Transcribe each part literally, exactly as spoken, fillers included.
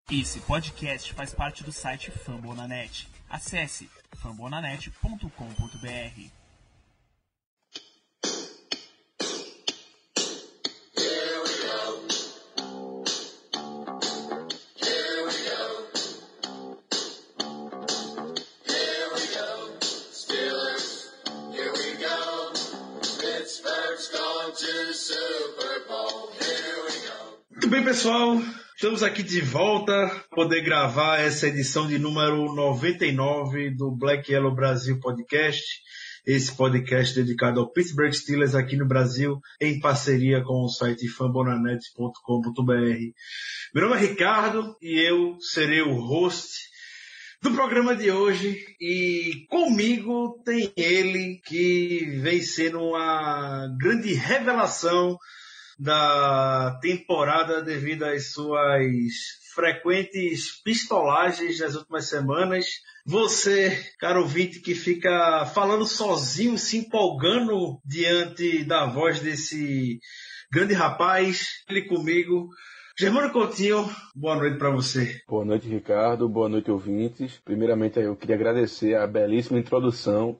Esse podcast faz parte do site Fambonanet. Acesse fambonanet ponto com ponto b r. Muito bem, pessoal. Estamos aqui de volta para poder gravar essa edição de número noventa e nove do Black Yellow Brasil Podcast. Esse podcast dedicado ao Pittsburgh Steelers aqui no Brasil, em parceria com o site fambonanet ponto com ponto b r. Meu nome é Ricardo e eu serei o host do programa de hoje. E comigo tem ele que vem sendo uma grande revelação da temporada devido às suas frequentes pistolagens nas últimas semanas. Você, caro ouvinte, que fica falando sozinho, se empolgando diante da voz desse grande rapaz, ele comigo, Germano Coutinho, boa noite para você. Boa noite, Ricardo. Boa noite, ouvintes. Primeiramente, eu queria agradecer a belíssima introdução.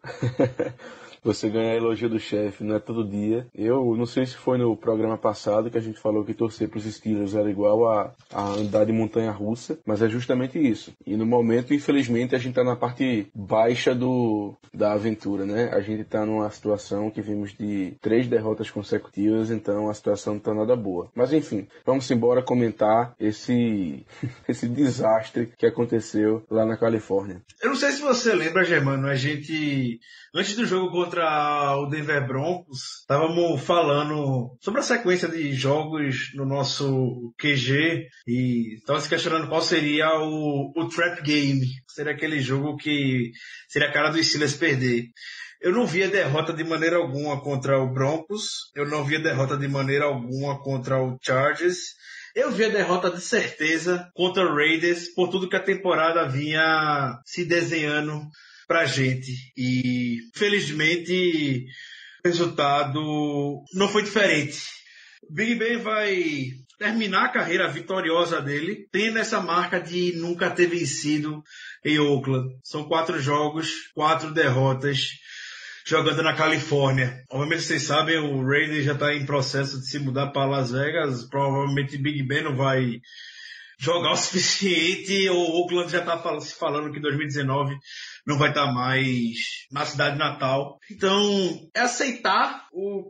Você ganhar elogio do chefe não é todo dia. Eu não sei se foi no programa passado que a gente falou que torcer para os Steelers era igual a, a andar de montanha-russa, mas é justamente isso. E no momento, infelizmente, a gente está na parte baixa do, da aventura, né? A gente está numa situação que vimos de três derrotas consecutivas, então a situação não está nada boa. Mas enfim, vamos embora comentar esse, esse desastre que aconteceu lá na Califórnia. Eu não sei se você lembra, Germano, a gente, antes do jogo contra o Denver Broncos, estávamos falando sobre a sequência de jogos no nosso Q G e estava se questionando qual seria o, o trap game. Seria aquele jogo que seria a cara dos Steelers perder. Eu não vi a derrota de maneira alguma contra o Broncos, eu não vi a derrota de maneira alguma contra o Chargers. Eu vi a derrota de certeza contra o Raiders por tudo que a temporada vinha se desenhando pra gente. E, felizmente, o resultado não foi diferente. O Big Ben vai terminar a carreira vitoriosa dele, tendo essa marca de nunca ter vencido em Oakland. São quatro jogos, quatro derrotas, jogando na Califórnia. Obviamente, vocês sabem, o Raiders já está em processo de se mudar para Las Vegas. Provavelmente Big Ben não vai jogar o suficiente. O Oakland já está se falando que dois mil e dezenove não vai estar mais na cidade natal. Então, é aceitar o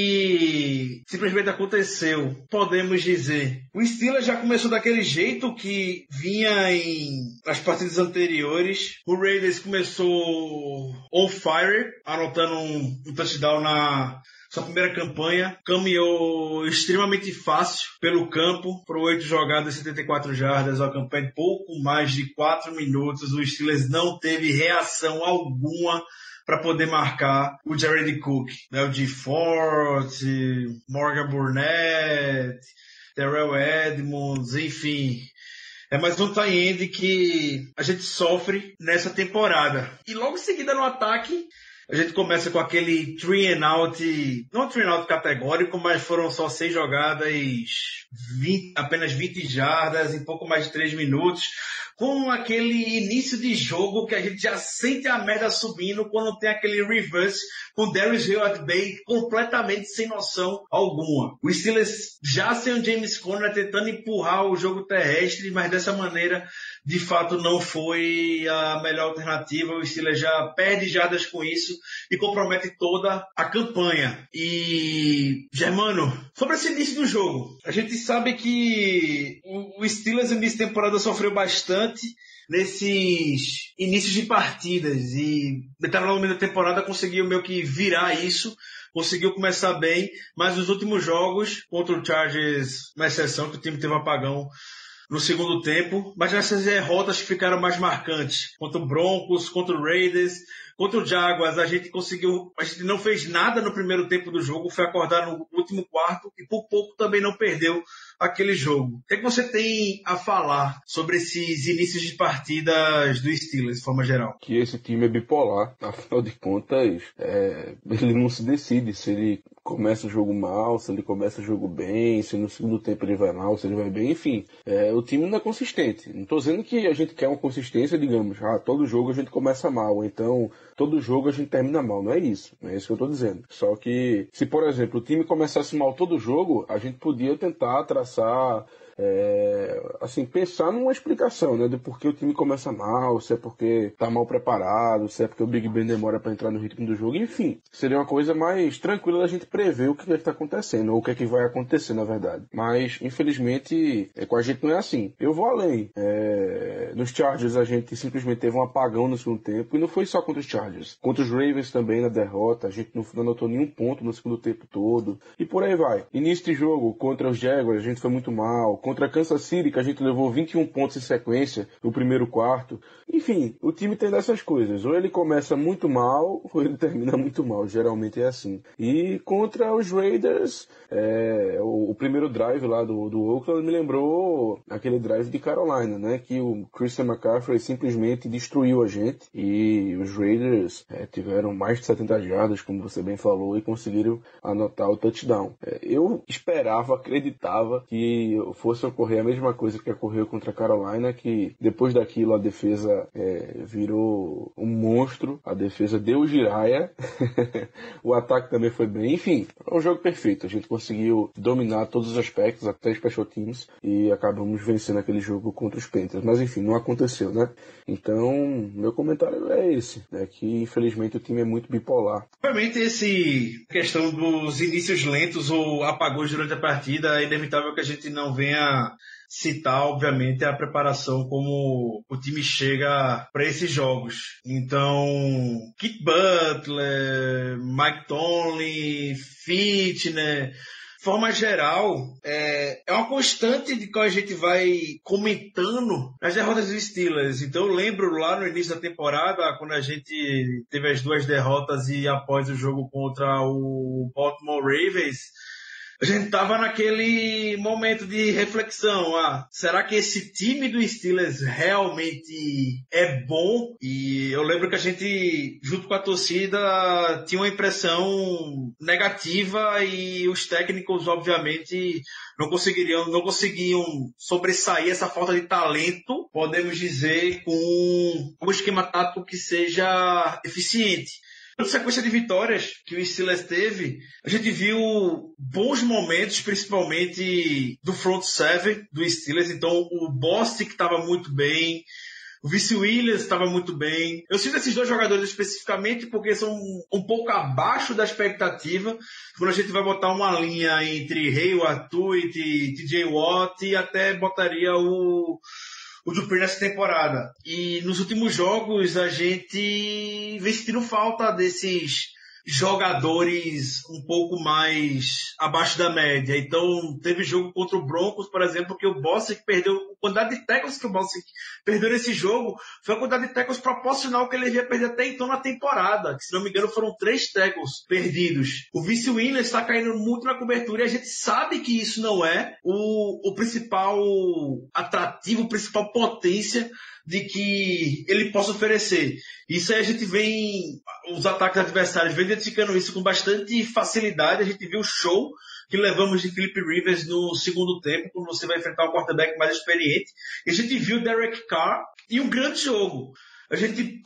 que simplesmente aconteceu, podemos dizer. O Steelers já começou daquele jeito que vinha em as partidas anteriores. O Raiders começou on fire, anotando um, um touchdown na sua primeira campanha, caminhou extremamente fácil pelo campo, por oito jogadas, setenta e quatro jardas, uma campanha de pouco mais de quatro minutos. O Steelers não teve reação alguma para poder marcar o Jared Cook, né? O Dee Ford, Morgan Burnett, Terrell Edmonds, enfim. É mais um tie-end que a gente sofre nessa temporada. E logo em seguida no ataque, a gente começa com aquele three and out, não three and out categórico, mas foram só seis jogadas, vinte, apenas vinte jardas em pouco mais de três minutos, com aquele início de jogo que a gente já sente a merda subindo quando tem aquele reverse com Darius Leonard-Bay completamente sem noção alguma. O Steelers já sem o James Conner tentando empurrar o jogo terrestre, mas dessa maneira, de fato, não foi a melhor alternativa. O Steelers já perde jardas com isso e compromete toda a campanha. E, Germano, sobre esse início do jogo, a gente sabe que o Steelers no início da temporada sofreu bastante nesses inícios de partidas e metade no meio da temporada conseguiu meio que virar isso, conseguiu começar bem, mas nos últimos jogos, contra o Chargers, uma exceção que o time teve um apagão no segundo tempo, mas nessas derrotas que ficaram mais marcantes, contra o Broncos, contra o Raiders, contra o Jaguars, a gente conseguiu, a gente não fez nada no primeiro tempo do jogo, foi acordar no último quarto e por pouco também não perdeu aquele jogo. O que é que você tem a falar sobre esses inícios de partidas do Steelers, de forma geral? Que esse time é bipolar, afinal de contas, é, ele não se decide se ele começa o jogo mal, se ele começa o jogo bem, se no segundo tempo ele vai mal, se ele vai bem, enfim. É, o time não é consistente. Não tô dizendo que a gente quer uma consistência, digamos, ah, todo jogo a gente começa mal, então todo jogo a gente termina mal. Não é isso, não é isso que eu tô dizendo. Só que, se por exemplo o time começasse mal todo jogo, a gente podia tentar traçar... É, assim, pensar numa explicação, né, de por que o time começa mal, se é porque tá mal preparado, se é porque o Big Ben demora para entrar no ritmo do jogo, enfim, seria uma coisa mais tranquila da gente prever o que é que tá acontecendo, ou o que é que vai acontecer, na verdade. Mas, infelizmente, é, com a gente não é assim. Eu vou além. É, nos Chargers a gente simplesmente teve um apagão no segundo tempo, e não foi só contra os Chargers. Contra os Ravens também, na derrota, a gente não anotou nenhum ponto no segundo tempo todo, e por aí vai. Início de jogo, contra os Jaguars, a gente foi muito mal. Contra a Kansas City, que a gente levou vinte e um pontos em sequência no primeiro quarto. Enfim, o time tem dessas coisas. Ou ele começa muito mal, ou ele termina muito mal. Geralmente é assim. E contra os Raiders, é, o, o primeiro drive lá do, do Oakland me lembrou aquele drive de Carolina, né? Que o Christian McCaffrey simplesmente destruiu a gente. E os Raiders é, tiveram mais de setenta jardas, como você bem falou, e conseguiram anotar o touchdown. É, eu esperava, acreditava que fosse ocorrer a mesma coisa que ocorreu contra a Carolina, que depois daquilo a defesa é, virou um monstro, a defesa deu giraia, o ataque também foi bem, enfim, foi um jogo perfeito, a gente conseguiu dominar todos os aspectos, até special teams, e acabamos vencendo aquele jogo contra os Panthers, mas enfim, não aconteceu, né? Então, meu comentário é esse, é que infelizmente o time é muito bipolar. Obviamente, esse questão dos inícios lentos ou apagões durante a partida, é inevitável que a gente não venha citar, obviamente, a preparação como o time chega para esses jogos. Então, Kit Butler, Mike Tomlin, Fitner, de forma geral, é, é uma constante de que a gente vai comentando as derrotas dos Steelers. Então eu lembro lá no início da temporada, quando a gente teve as duas derrotas e após o jogo contra o Baltimore Ravens, a gente tava naquele momento de reflexão. Ah, será que esse time do Steelers realmente é bom? E eu lembro que a gente, junto com a torcida, tinha uma impressão negativa e os técnicos, obviamente, não conseguiriam, não conseguiam sobressair essa falta de talento, podemos dizer, com um esquema tático que seja eficiente. Na sequência de vitórias que o Steelers teve, a gente viu bons momentos, principalmente do front seven do Steelers. Então, o Bostic estava muito bem, o Vince Williams estava muito bem. Eu cito esses dois jogadores especificamente porque são um pouco abaixo da expectativa. Quando a gente vai botar uma linha entre Hayward, Tuitt, T J Watt, e até botaria o... o Dupree nessa temporada. E nos últimos jogos a gente vem sentindo falta desses jogadores um pouco mais abaixo da média. Então, teve jogo contra o Broncos, por exemplo, que o Bostic perdeu, a quantidade de tackles que o Bostic perdeu nesse jogo foi a quantidade de tackles proporcional que ele ia perder até então na temporada, que, se não me engano, foram três tackles perdidos. O Vince Williams está caindo muito na cobertura e a gente sabe que isso não é o, o principal atrativo, a principal potência de que ele possa oferecer. Isso aí a gente vem, os ataques adversários vem identificando isso com bastante facilidade. A gente viu o show que levamos de Philip Rivers no segundo tempo, quando você vai enfrentar um quarterback mais experiente. E a gente viu o Derek Carr e um grande jogo. A gente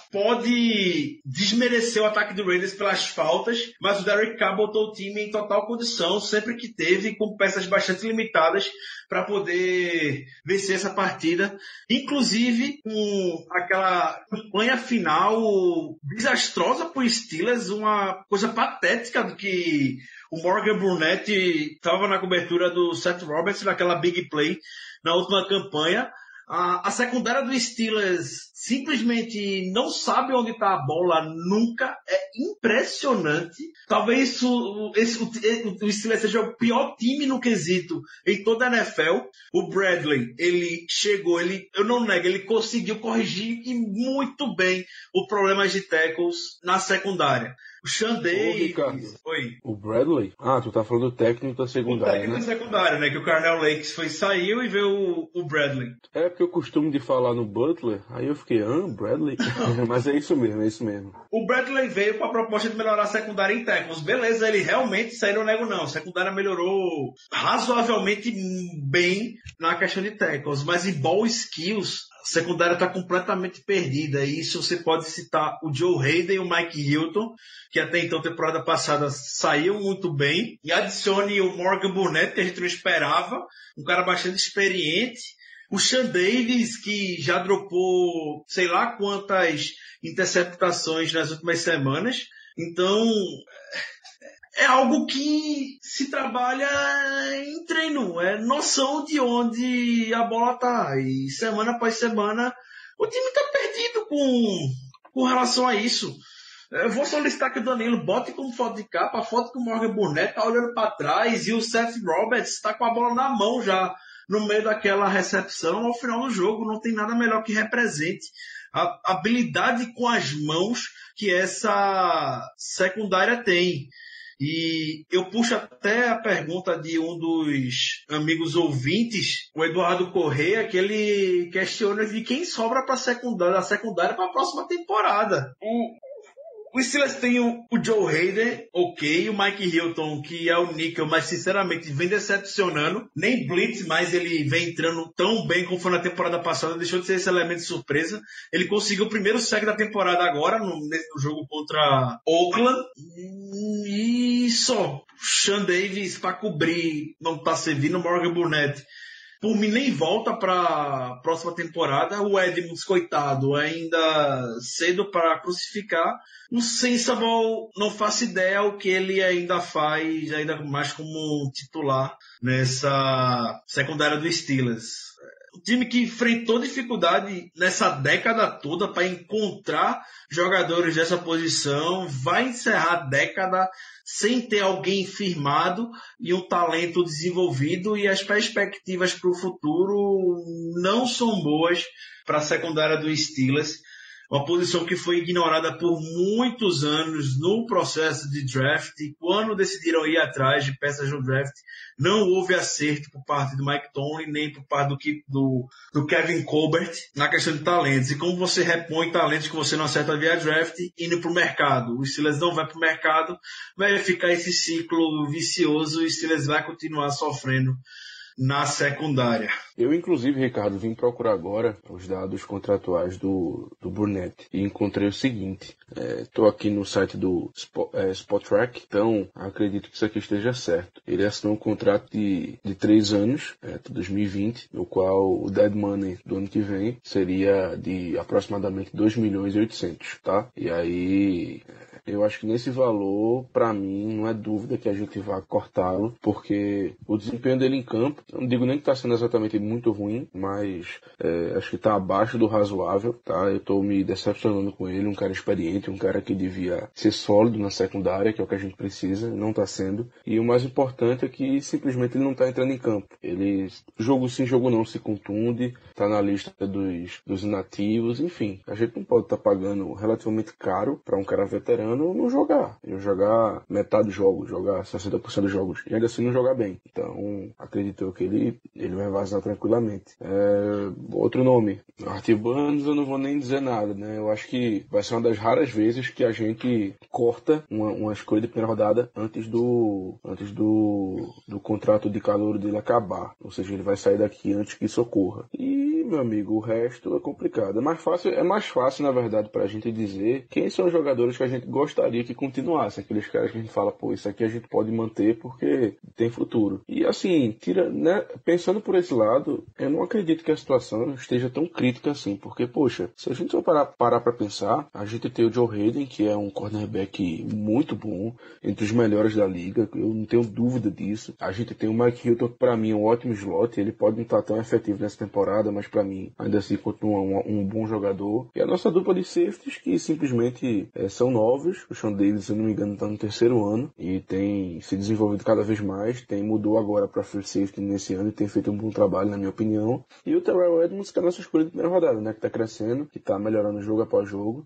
pode desmerecer o ataque do Raiders pelas faltas, mas o Derek Carr botou o time em total condição, sempre que teve, com peças bastante limitadas, para poder vencer essa partida. Inclusive, com aquela campanha final desastrosa para os Steelers, uma coisa patética do que o Morgan Burnett estava na cobertura do Seth Roberts, naquela big play na última campanha. A, a secundária do Steelers simplesmente não sabe onde está a bola nunca. É impressionante. Talvez isso, esse, o, o Steelers seja o pior time no quesito em toda a N F L. O Bradley, ele chegou, ele, eu não nego, ele conseguiu corrigir e muito bem o problema de tackles na secundária. O Sean Davis. Oi. O Bradley? Ah, tu tá falando do técnico da secundária, o técnico né? da secundária, né? Que o Carnell Lakes foi, saiu e veio o, o Bradley. É porque eu costumo de falar no Butler, aí eu fiquei, ah, Bradley? Mas é isso mesmo, é isso mesmo. O Bradley veio com a proposta de melhorar a secundária em tackles. Beleza, ele realmente saiu, não nego não. A secundária melhorou razoavelmente bem na questão de tackles, mas em ball skills, a secundária está completamente perdida. E isso você pode citar o Joe Hayden e o Mike Hilton, que até então, temporada passada, saíam muito bem. E adicione o Morgan Burnett, que a gente não esperava, um cara bastante experiente. O Sean Davis, que já dropou sei lá quantas interceptações nas últimas semanas. Então, é algo que se trabalha em treino, é noção de onde a bola tá. E semana após semana, o time tá perdido com, com relação a isso. Eu vou solicitar que o Danilo bote como foto de capa a foto que o Morgan Burnett tá olhando para trás e o Seth Roberts tá com a bola na mão já no meio daquela recepção ao final do jogo. Não tem nada melhor que represente a habilidade com as mãos que essa secundária tem. E eu puxo até a pergunta de um dos amigos ouvintes, o Eduardo Correia, que ele questiona de quem sobra para a secundária, a secundária para a próxima temporada. O O Steelers tem o, o Joe Hayden, ok, o Mike Hilton, que é o níquel, mas sinceramente vem decepcionando. Nem blitz, mas ele vem entrando tão bem como foi na temporada passada, deixou de ser esse elemento de surpresa. Ele conseguiu o primeiro sack da temporada agora, no, no jogo contra Oakland. E só, Sean Davis para cobrir, não tá servindo, Morgan Burnett. Por mim, nem volta para a próxima temporada. O Edmonds, coitado, ainda cedo para crucificar. O Sensible, não faço ideia o que ele ainda faz, ainda mais como titular nessa secundária do Steelers. O time que enfrentou dificuldade nessa década toda para encontrar jogadores dessa posição, vai encerrar a década sem ter alguém firmado e um talento desenvolvido, e as perspectivas para o futuro não são boas para a secundária do Steelers. Uma posição que foi ignorada por muitos anos no processo de draft, e quando decidiram ir atrás de peças no draft, não houve acerto por parte do Mike Tomlin, nem por parte do, do, do Kevin Colbert na questão de talentos. E como você repõe talentos que você não acerta via draft indo para o mercado? O Steelers não vai para o mercado, vai ficar esse ciclo vicioso e o Steelers vai continuar sofrendo na secundária. Eu, inclusive, Ricardo, vim procurar agora os dados contratuais do, do Burnett e encontrei o seguinte. Estou é, aqui no site do Spot, é, Spotrac, então acredito que isso aqui esteja certo. Ele assinou um contrato de, de três anos, é, de dois mil e vinte, no qual o dead money do ano que vem seria de aproximadamente dois milhões e oitocentos, tá? E aí... eu acho que nesse valor, para mim, não é dúvida que a gente vai cortá-lo, porque o desempenho dele em campo, eu não digo nem que está sendo exatamente muito ruim, mas é, acho que está abaixo do razoável, tá? Eu estou me decepcionando com ele, um cara experiente, um cara que devia ser sólido na secundária, que é o que a gente precisa, não está sendo. E o mais importante é que simplesmente ele não está entrando em campo. Ele, jogo sim, jogo não, se contunde, está na lista dos, dos inativos, enfim. A gente não pode estar tá pagando relativamente caro para um cara veterano não jogar. Eu jogar metade dos jogos, jogar sessenta por cento dos jogos, e ainda assim não jogar bem. Então, acredito eu que ele, ele vai vazar tranquilamente. É, outro nome, Artie Burns, eu não vou nem dizer nada, né? Eu acho que vai ser uma das raras vezes que a gente corta uma, uma escolha de primeira rodada antes do antes do, do contrato de calor dele acabar. Ou seja, ele vai sair daqui antes que isso ocorra. E, meu amigo, o resto é complicado. É mais fácil, é mais fácil na verdade, pra gente dizer quem são os jogadores que a gente gostaria que continuassem. Aqueles caras que a gente fala, pô, isso aqui a gente pode manter porque tem futuro. E assim, tira, né, pensando por esse lado, eu não acredito que a situação esteja tão crítica assim, porque, poxa, se a gente só parar, parar pra pensar, a gente tem o Joe Hayden, que é um cornerback muito bom, entre os melhores da liga, eu não tenho dúvida disso. A gente tem o Mike Hilton, que pra mim é um ótimo slot, ele pode não estar tão efetivo nessa temporada, mas pra pra mim ainda assim continua um, um bom jogador. E a nossa dupla de safeties que simplesmente é, são novos. O Sean Davis, se eu não me engano, tá no terceiro ano e tem se desenvolvido cada vez mais. Tem mudou agora pra free safety nesse ano e tem feito um bom trabalho, na minha opinião. E o Terrell Edmonds, que é a nossa escolha de primeira rodada, né? Que tá crescendo, que tá melhorando jogo após jogo.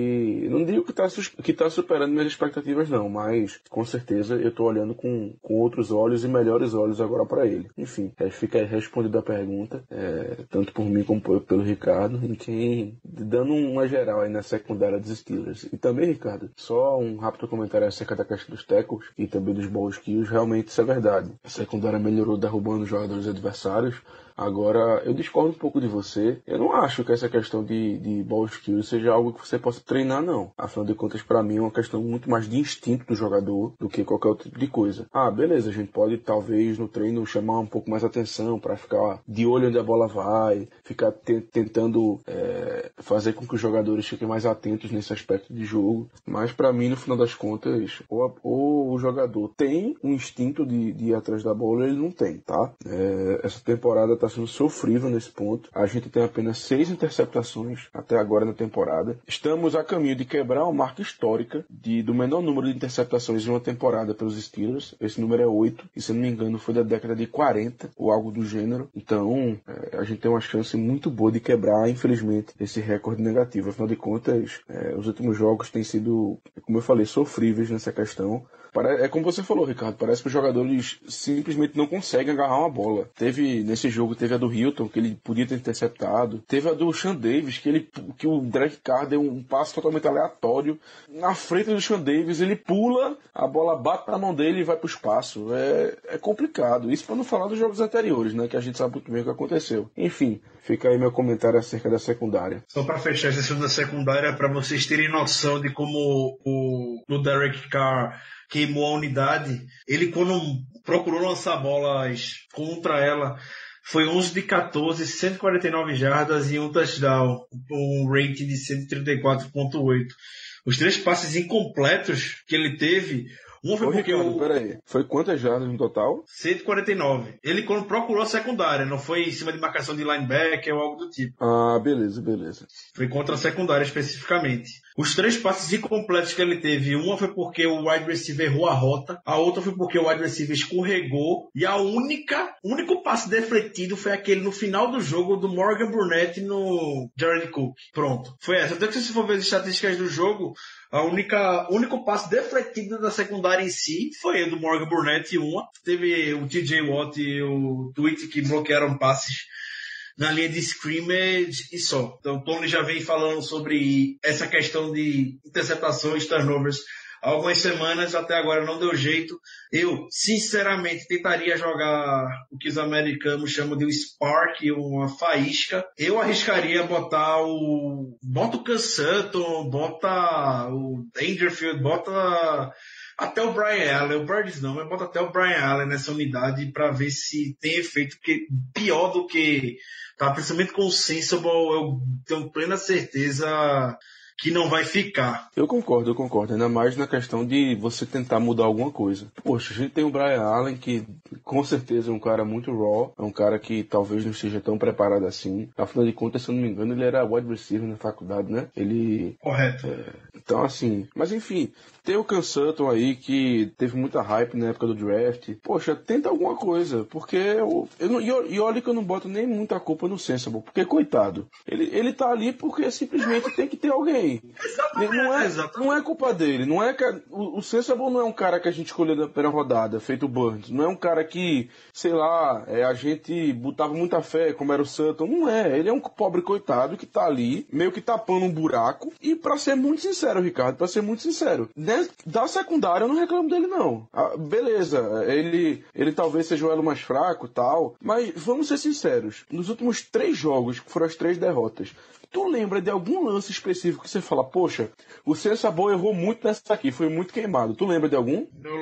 E não digo que tá, que tá superando minhas expectativas, não, mas com certeza eu tô olhando com, com outros olhos e melhores olhos agora pra ele. Enfim, fica aí respondida a pergunta, é, tanto por mim como por, pelo Ricardo, em quem, dando uma geral aí na secundária dos Steelers. E também, Ricardo, só um rápido comentário acerca da questão dos tackles e também dos ball skills. Realmente isso é verdade. A secundária melhorou derrubando os jogadores adversários. Agora, eu discordo um pouco de você. Eu não acho que essa questão de, de ball skills seja algo que você possa treinar, não. Afinal de contas, pra mim, é uma questão muito mais de instinto do jogador do que qualquer outro tipo de coisa. Ah, beleza, a gente pode, talvez, no treino chamar um pouco mais atenção pra ficar de olho onde a bola vai, ficar te- tentando é, fazer com que os jogadores fiquem mais atentos nesse aspecto de jogo. Mas, pra mim, no final das contas, ou, ou o jogador tem um instinto de, de ir atrás da bola, ou ele não tem, tá? É, essa temporada tá sendo sofrível nesse ponto. A gente tem apenas seis interceptações até agora na temporada. Estamos a caminho de quebrar uma marca histórica de, do menor número de interceptações em uma temporada pelos Steelers. Esse número é oito, e se não me engano foi da década de quarenta, ou algo do gênero. Então, é, a gente tem uma chance muito boa de quebrar, infelizmente, esse recorde negativo. Afinal de contas, é, os últimos jogos têm sido, como eu falei, sofríveis nessa questão. É como você falou, Ricardo, parece que os jogadores simplesmente não conseguem agarrar uma bola. Teve, nesse jogo, teve a do Hilton, que ele podia ter interceptado. Teve a do Sean Davis, que, ele, que o Derek Carr deu um passo totalmente aleatório. Na frente do Sean Davis, ele pula, a bola bate na mão dele e vai pro espaço. É, é complicado. Isso para não falar dos jogos anteriores, né, que a gente sabe muito bem o que aconteceu. Enfim, fica aí meu comentário acerca da secundária. Só para fechar essa segunda secundária, para vocês terem noção de como o, o Derek Carr queimou a unidade. Ele, quando procurou lançar bolas contra ela, foi onze de catorze, cento e quarenta e nove jardas e um touchdown, um rating de cento e trinta e quatro ponto oito. Os três passes incompletos que ele teve, um foi Ô, porque Ricardo, o... peraí, foi quantas jardas no total? cento e quarenta e nove. Ele quando procurou a secundária, não foi em cima de marcação de linebacker ou algo do tipo. Ah, beleza, beleza. Foi contra a secundária especificamente. Os três passes incompletos que ele teve, uma foi porque o wide receiver errou a rota, a outra foi porque o wide receiver escorregou, e a única, o único passe defletido foi aquele no final do jogo do Morgan Burnett no Jared Cook. Pronto. Foi essa. Até que se você for ver as estatísticas do jogo, a única, o único passe defletido da secundária em si foi o do Morgan Burnett, uma. Teve o T J Watt e o Tweet que bloquearam passes na linha de scrimmage e só. Então o Tony já vem falando sobre essa questão de interceptações, turnovers, há algumas semanas, até agora não deu jeito. Eu, sinceramente, tentaria jogar o que os americanos chamam de um spark, uma faísca. Eu arriscaria botar o... Bota o Cam Sutton, bota o Dangerfield, bota... até o Brian Allen, o Birds não, mas bota até o Brian Allen nessa unidade para ver se tem efeito, porque pior do que, tá, principalmente com o Sensible, eu tenho plena certeza que não vai ficar. Eu concordo, eu concordo. Ainda mais na questão de você tentar mudar alguma coisa. Poxa, a gente tem o Brian Allen, que com certeza é um cara muito raw, é um cara que talvez não esteja tão preparado assim. Afinal de contas, se eu não me engano, ele era wide receiver na faculdade, né? Ele... Correto. É... Então, assim... Mas, enfim, tem o Cam Sutton aí, que teve muita hype na época do draft. Poxa, tenta alguma coisa, porque... Eu, eu não, e olha que eu não boto nem muita culpa no Sensible, porque, coitado, ele, ele tá ali porque simplesmente tem que ter alguém. Exatamente, não, é, exatamente. não é culpa dele. Não é que a, o, o Sensible não é um cara que a gente escolheu na primeira rodada, feito o Burns. Não é um cara que, sei lá, é, a gente botava muita fé, como era o Sutton. Não é. Ele é um pobre coitado que tá ali, meio que tapando um buraco. E pra ser muito sincero, Ricardo, pra ser muito sincero, né, da secundária eu não reclamo dele, não. Ah, beleza, ele, ele talvez seja o elo mais fraco e tal, mas vamos ser sinceros. Nos últimos três jogos, que foram as três derrotas, tu lembra de algum lance específico que você fala, poxa, o Sensible errou muito nessa aqui, foi muito queimado. Tu lembra de algum? Eu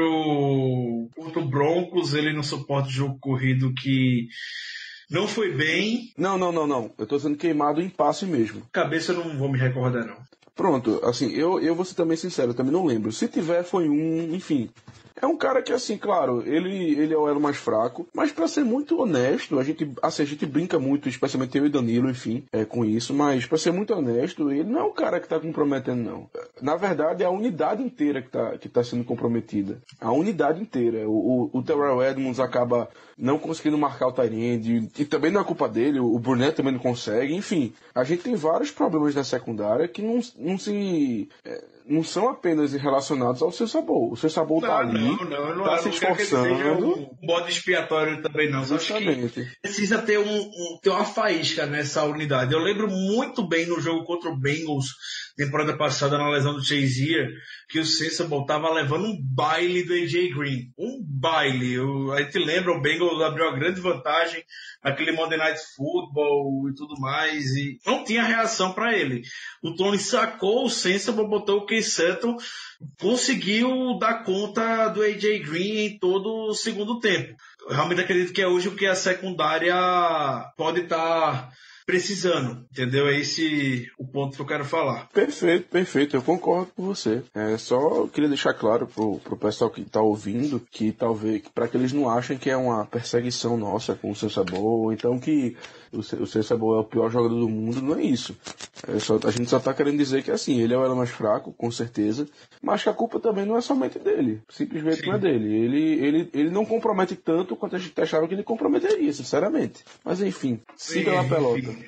lembro contra o Broncos, ele no suporte de jogo corrido que não foi bem. Não, não, não, não. Eu tô sendo queimado em passe mesmo. Cabeça eu não vou me recordar, não. Pronto, assim, eu, eu vou ser também sincero, eu também não lembro. Se tiver, foi um, enfim... É um cara que, assim, claro, ele, ele é o elo mais fraco, mas pra ser muito honesto, a gente, assim, a gente brinca muito, especialmente eu e Danilo, enfim, é, com isso, mas pra ser muito honesto, ele não é o cara que tá comprometendo, não. Na verdade, é a unidade inteira que tá, que tá sendo comprometida. A unidade inteira. O, o, o Terrell Edmonds acaba não conseguindo marcar o tight end, e também não é culpa dele, o Burnett também não consegue, enfim. A gente tem vários problemas na secundária que não, não se... É, não são apenas relacionados ao seu sabor. O seu sabor tá ali, não, não, não, tá não, se não quero que ele esforçando. seja um bode expiatório também, não. Justamente. Acho que precisa ter, um, um, ter uma faísca nessa unidade. Eu lembro muito bem no jogo contra o Bengals, temporada passada, na lesão do Shazier, que o Sensible tava levando um baile do A J Green. Um baile. Eu, a gente lembra, o Bengals abriu uma grande vantagem, aquele Monday Night Football e tudo mais, e não tinha reação para ele. O Tony sacou o Sensible, botou o Case Sutton, conseguiu dar conta do A J Green em todo o segundo tempo. Eu realmente acredito que é hoje o que a secundária pode estar precisando, entendeu? É esse o ponto que eu quero falar. Perfeito, perfeito, eu concordo com você. É, só eu queria deixar claro pro, pro pessoal que tá ouvindo que talvez, para que eles não achem que é uma perseguição nossa com o Sensible, ou então que o, o Sensible é o pior jogador do mundo, não é isso. É só, a gente só tá querendo dizer que assim, ele é o elo mais fraco, com certeza, mas que a culpa também não é somente dele, simplesmente Sim. não é dele. Ele, ele, ele não compromete tanto quanto a gente achava que ele comprometeria, sinceramente. Mas enfim, siga lá a pelota.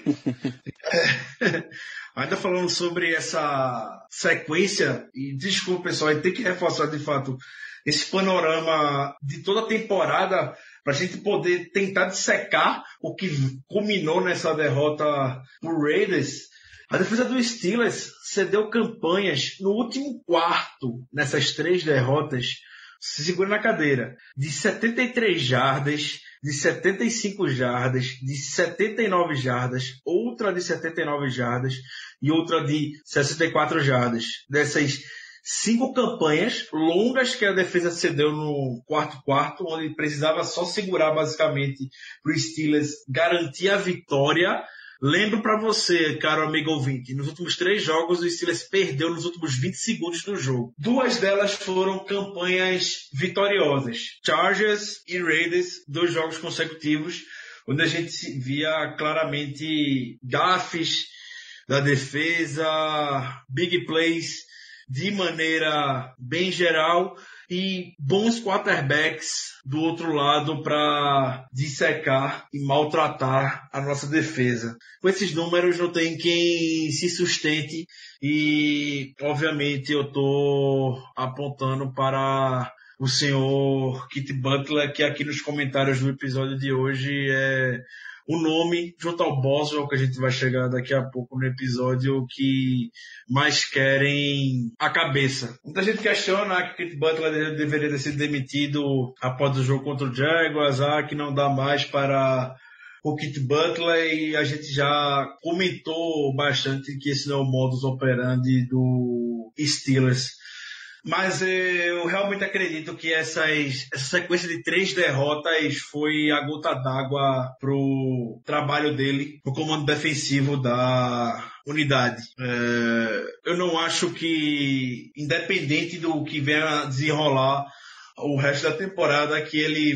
Ainda falando sobre essa sequência, e desculpa pessoal, a gente tem que reforçar de fato esse panorama de toda a temporada para a gente poder tentar dissecar o que culminou nessa derrota pro Raiders. A defesa dos Steelers cedeu campanhas no último quarto nessas três derrotas, se segura na cadeira, de setenta e três jardas, de setenta e cinco jardas, de setenta e nove jardas, outra de setenta e nove jardas e outra de sessenta e quatro jardas. Dessas cinco campanhas longas que a defesa cedeu no quarto quarto, onde precisava só segurar basicamente para os Steelers garantir a vitória. Lembro para você, caro amigo ouvinte, nos últimos três jogos o Steelers perdeu nos últimos vinte segundos do jogo. Duas delas foram campanhas vitoriosas. Chargers e Raiders, dois jogos consecutivos, onde a gente via claramente gafes da defesa, big plays de maneira bem geral e bons quarterbacks do outro lado para dissecar e maltratar a nossa defesa. Com esses números não tem quem se sustente e, obviamente, eu estou apontando para o senhor Kit Butler, que aqui nos comentários do episódio de hoje é o nome, junto ao Boswell, que a gente vai chegar daqui a pouco no episódio, que mais querem a cabeça. Muita gente questiona que o Kit Butler deveria ter sido demitido após o jogo contra o Jaguars, ah, que não dá mais para o Kit Butler, e a gente já comentou bastante que esse não é o modus operandi do Steelers. Mas eu realmente acredito que essas, essa sequência de três derrotas foi a gota d'água pro trabalho dele, pro comando defensivo da unidade. É, eu não acho que, independente do que venha a desenrolar o resto da temporada, que ele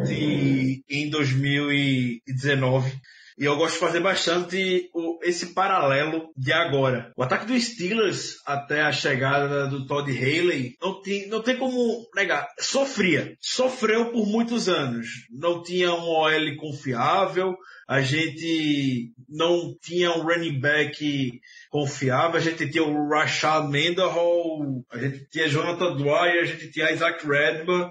volte em dois mil e dezenove. E eu gosto de fazer bastante o, esse paralelo de agora. O ataque dos Steelers, até a chegada do Todd Haley, não tem, não tem como negar. Sofria. Sofreu por muitos anos. Não tinha um O L confiável. A gente não tinha um running back confiável. A gente tinha o Rashad Mendenhall. A gente tinha Jonathan Dwyer. A gente tinha Isaac Redman.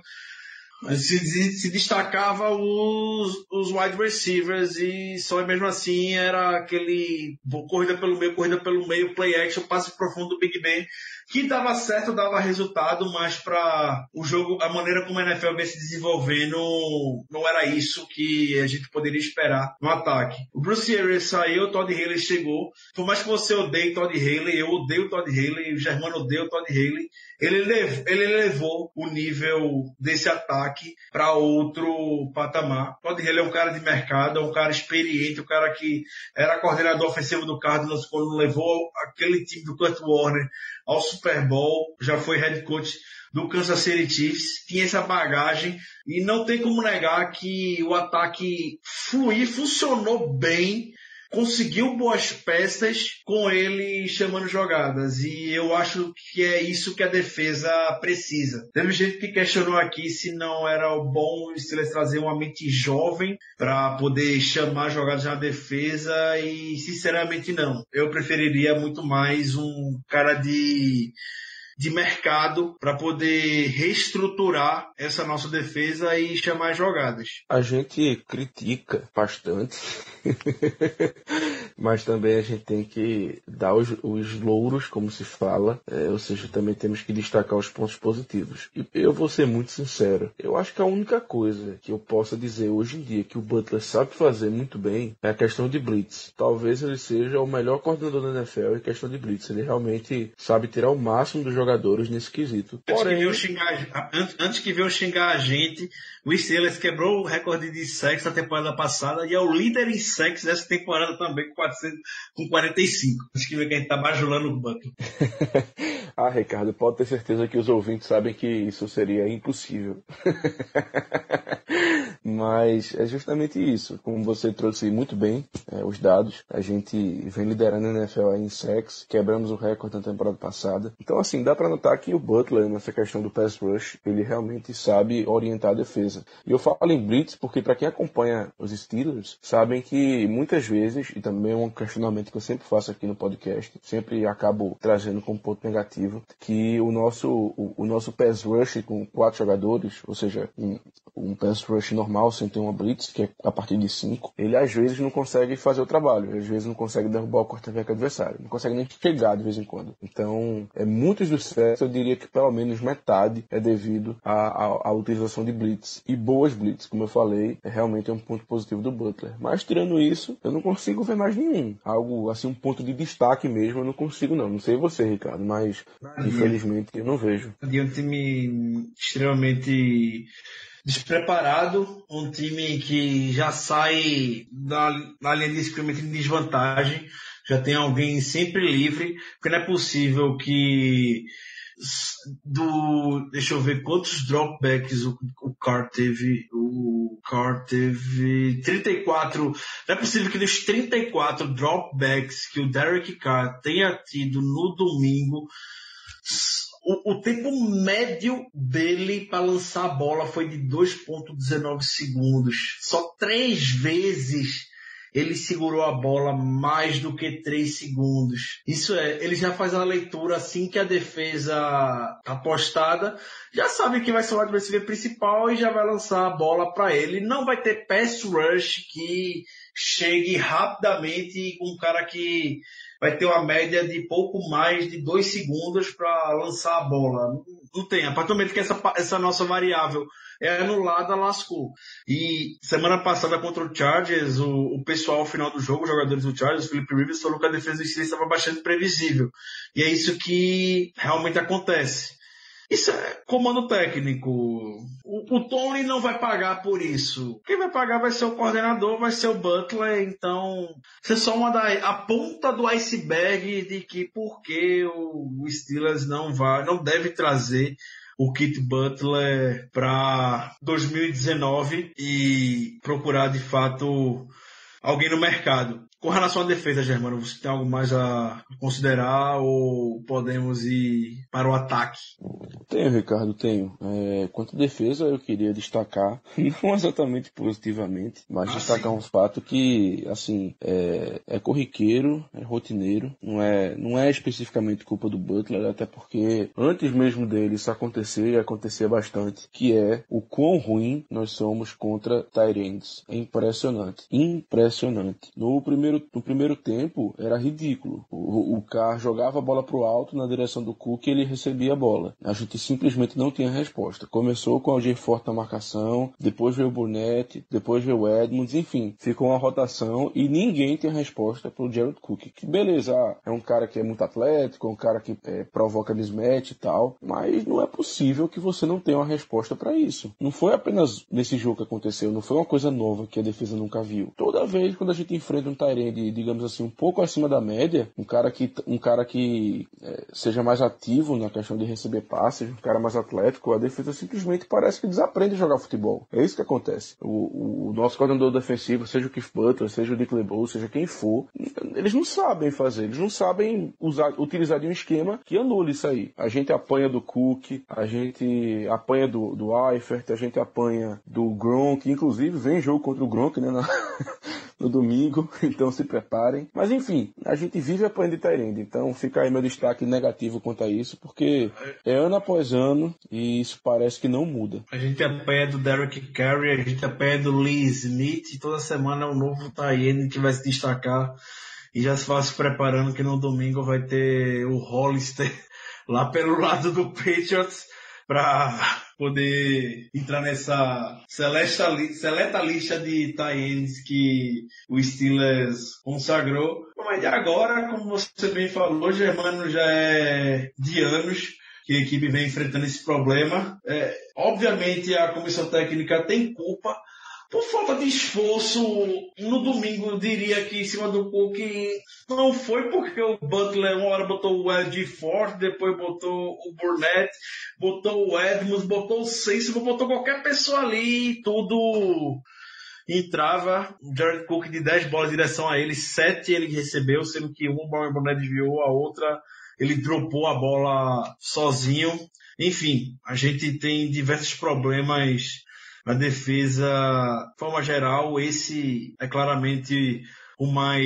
Se, se destacava os, os wide receivers e só mesmo assim era aquele corrida pelo meio, corrida pelo meio, play action, passe profundo do Big Ben, que dava certo, dava resultado, mas para o jogo, a maneira como a N F L vem se desenvolvendo, não era isso que a gente poderia esperar no ataque. O Bruce Arians saiu, o Todd Haley chegou. Por mais que você odeie Todd Haley, eu odeio o Todd Haley, o Germano odeia o Todd Haley, ele levou, ele levou o nível desse ataque para outro patamar. Todd Haley é um cara de mercado, é um cara experiente, um cara que era coordenador ofensivo do Cardinals quando levou aquele time do Kurt Warner ao Super Bowl, já foi head coach do Kansas City Chiefs, tinha essa bagagem e não tem como negar que o ataque fluir, funcionou bem, conseguiu boas peças com ele chamando jogadas e eu acho que é isso que a defesa precisa. Teve gente que questionou aqui se não era bom se eles trazer uma mente jovem para poder chamar jogadas na defesa e sinceramente não. Eu preferiria muito mais um cara de de mercado para poder reestruturar essa nossa defesa e chamar jogadas. A gente critica bastante, mas também a gente tem que dar os, os louros, como se fala, é, ou seja, também temos que destacar os pontos positivos. E eu vou ser muito sincero, eu acho que a única coisa que eu possa dizer hoje em dia que o Butler sabe fazer muito bem é a questão de blitz. Talvez ele seja o melhor coordenador da N F L em questão de blitz. Ele realmente sabe tirar o máximo dos jogadores jogadores nesse quesito. Porém, antes, que xingar, antes, antes que venham xingar a gente, o Steelers quebrou o recorde de sacks na temporada passada e é o líder em sacks dessa temporada também com, quatrocentos, com quarenta e cinco. Acho que vê que a gente tá bajulando o Butler. Ah, Ricardo, pode ter certeza que os ouvintes sabem que isso seria impossível. Mas é justamente isso. Como você trouxe muito bem é, os dados, a gente vem liderando a N F L em sacks, quebramos o recorde na temporada passada. Então, assim, dá para notar que o Butler, nessa questão do pass rush, ele realmente sabe orientar a defesa. E eu falo em blitz porque, para quem acompanha os Steelers, sabem que muitas vezes, e também é um questionamento que eu sempre faço aqui no podcast, sempre acabo trazendo como ponto negativo, que o nosso, o, o nosso pass rush com quatro jogadores, ou seja, um, um pass rush normal, sem ter uma blitz, que é a partir de cinco, ele às vezes não consegue fazer o trabalho, às vezes não consegue derrubar o quarterback adversário, não consegue nem chegar de vez em quando. Então, é, muitos dos sets, eu diria que pelo menos metade é devido à, à, à utilização de blitz. E boas blitz, como eu falei, é realmente um ponto positivo do Butler. Mas, tirando isso, eu não consigo ver mais nenhum. Algo, assim, um ponto de destaque mesmo, eu não consigo não. Não sei você, Ricardo, mas Nadia. Infelizmente eu não vejo. Nadia é um time extremamente despreparado, um time que já sai da, da linha de scrimmage em desvantagem, já tem alguém sempre livre, porque não é possível que do, deixa eu ver quantos dropbacks o, o Carr teve, o Carr teve trinta e quatro, não é possível que dos trinta e quatro dropbacks que o Derek Carr tenha tido no domingo, O, o tempo médio dele para lançar a bola foi de dois ponto dezenove segundos. Só três vezes ele segurou a bola mais do que três segundos. Isso é, ele já faz a leitura assim que a defesa está postada, já sabe que vai ser o wide receiver principal e já vai lançar a bola para ele. Não vai ter pass rush que chegue rapidamente com um cara que vai ter uma média de pouco mais de dois segundos para lançar a bola. Não, não tem. A partir do momento que essa, essa nossa variável é anulada, lascou. E semana passada contra o Chargers, o, o pessoal, ao final do jogo, os jogadores do Chargers, o Philip Rivers, falou que a defesa do Steelers estava bastante previsível. E é isso que realmente acontece. Isso é comando técnico. O, o Tony não vai pagar por isso. Quem vai pagar vai ser o coordenador, vai ser o Butler. Então, isso é só uma da, a ponta do iceberg de que por que o, o Steelers não vai, não deve trazer o Kit Butler para dois mil e dezenove e procurar de fato alguém no mercado. Com relação à defesa, Germano, você tem algo mais a considerar ou podemos ir para o ataque? Tenho, Ricardo, tenho. É, quanto à defesa, eu queria destacar, não exatamente positivamente, mas ah, destacar sim. um fato que, assim, é, é corriqueiro, é rotineiro, não é, não é especificamente culpa do Butler, até porque antes mesmo dele isso acontecer, e acontecia bastante, que é o quão ruim nós somos contra tight ends. É impressionante, impressionante. No primeiro No primeiro tempo, era ridículo. O, o Carr jogava a bola pro alto na direção do Cook e ele recebia a bola. A gente simplesmente não tinha resposta. Começou com o Alger Forte na marcação, depois veio o Burnett, depois veio o Edmonds, enfim. Ficou uma rotação e ninguém tinha resposta pro Jared Cook. Que beleza, é um cara que é muito atlético, é um cara que é, provoca mismatch e tal, mas não é possível que você não tenha uma resposta para isso. Não foi apenas nesse jogo que aconteceu, não foi uma coisa nova que a defesa nunca viu. Toda vez quando a gente enfrenta um tight tight end, digamos assim, um pouco acima da média, um cara que, um cara que é, seja mais ativo na questão de receber passes, um cara mais atlético, a defesa simplesmente parece que desaprende a jogar futebol. É isso que acontece. O, o nosso coordenador defensivo, seja o Keith Butler, seja o Dick LeBeau, seja quem for, eles não sabem fazer, eles não sabem usar, utilizar de um esquema que anule isso aí. A gente apanha do Cook, a gente apanha do, do Eifert, a gente apanha do Gronk, inclusive vem jogo contra o Gronk, né, na... no domingo, então se preparem. Mas enfim, a gente vive apanhando de tight end, então fica aí meu destaque negativo quanto a isso, porque é ano após ano e isso parece que não muda. A gente apanha do Derek Carey, a gente apanha do Lee Smith, e toda semana é um novo tight end que vai se destacar, e já se vai se preparando que no domingo vai ter o Hollister lá pelo lado do Patriots para poder entrar nessa seleta, seleta lista de tight ends que o Steelers consagrou. Mas agora, como você bem falou, Germano, já é de anos que a equipe vem enfrentando esse problema. É, obviamente a comissão técnica tem culpa por falta de esforço. No domingo eu diria que em cima do Cook não foi porque o Butler uma hora botou o L G Ford, depois botou o Burnett, botou o Edmonds, botou o Seisman, botou qualquer pessoa ali e tudo entrava. O Jared Cook de dez bolas em direção a ele, sete ele recebeu, sendo que uma bola o Burnett desviou, a outra ele dropou a bola sozinho. Enfim, a gente tem diversos problemas na defesa, de forma geral. Esse é claramente o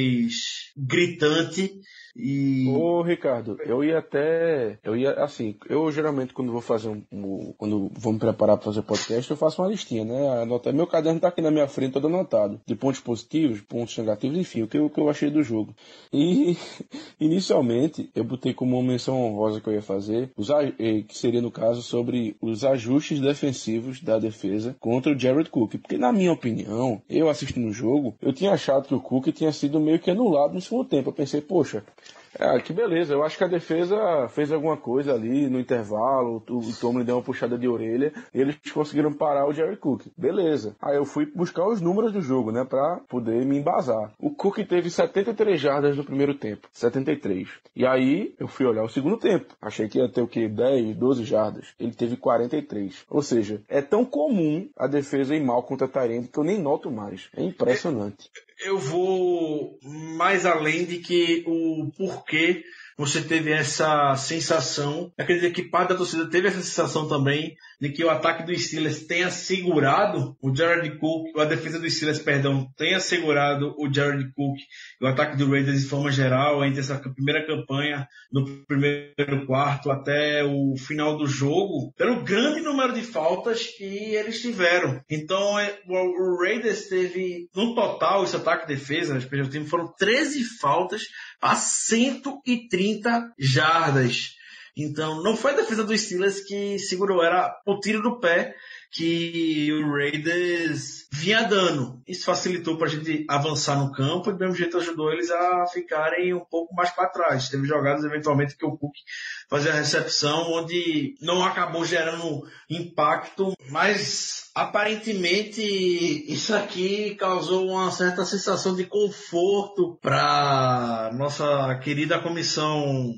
mais gritante. E... Ô, Ricardo, eu ia até, eu ia, assim, eu geralmente quando vou fazer um, um quando vou me preparar para fazer podcast, eu faço uma listinha, né, anota, meu caderno tá aqui na minha frente, todo anotado, de pontos positivos, pontos negativos, enfim, o que, o que eu achei do jogo. E, inicialmente, eu botei como uma menção honrosa que eu ia fazer, os, que seria no caso sobre os ajustes defensivos da defesa contra o Jared Cook, porque na minha opinião, eu assistindo o jogo, eu tinha achado que o Cook tinha sido meio que anulado no segundo tempo, eu pensei, poxa, Ah, que beleza, eu acho que a defesa fez alguma coisa ali no intervalo, o, o Tomlin deu uma puxada de orelha e eles conseguiram parar o Jared Cook. Beleza. Aí eu fui buscar os números do jogo, né, pra poder me embasar. O Cook teve setenta e três jardas no primeiro tempo, setenta e três. E aí eu fui olhar o segundo tempo. Achei que ia ter o quê? dez, doze jardas. Ele teve quarenta e três. Ou seja, é tão comum a defesa ir mal contra tight end que eu nem noto mais. É impressionante. Eu vou mais além de que o porquê você teve essa sensação. Acredito que parte da torcida teve essa sensação também de que o ataque do Steelers tenha segurado o Jared Cook, a defesa do Steelers, perdão, tenha segurado o Jared Cook e o ataque do Raiders de forma geral entre essa primeira campanha no primeiro quarto até o final do jogo, pelo grande número de faltas que eles tiveram. Então o Raiders teve, no total, esse ataque e defesa, os Special Teams, foram treze faltas a cento e trinta jardas. Então, não foi a defesa dos Steelers que segurou, era o tiro do pé que o Raiders vinha dando. Isso facilitou para a gente avançar no campo e, do mesmo jeito, ajudou eles a ficarem um pouco mais para trás. Teve jogadas, eventualmente, que o Cook fazia a recepção, onde não acabou gerando impacto, mas, aparentemente, isso aqui causou uma certa sensação de conforto para nossa querida comissão.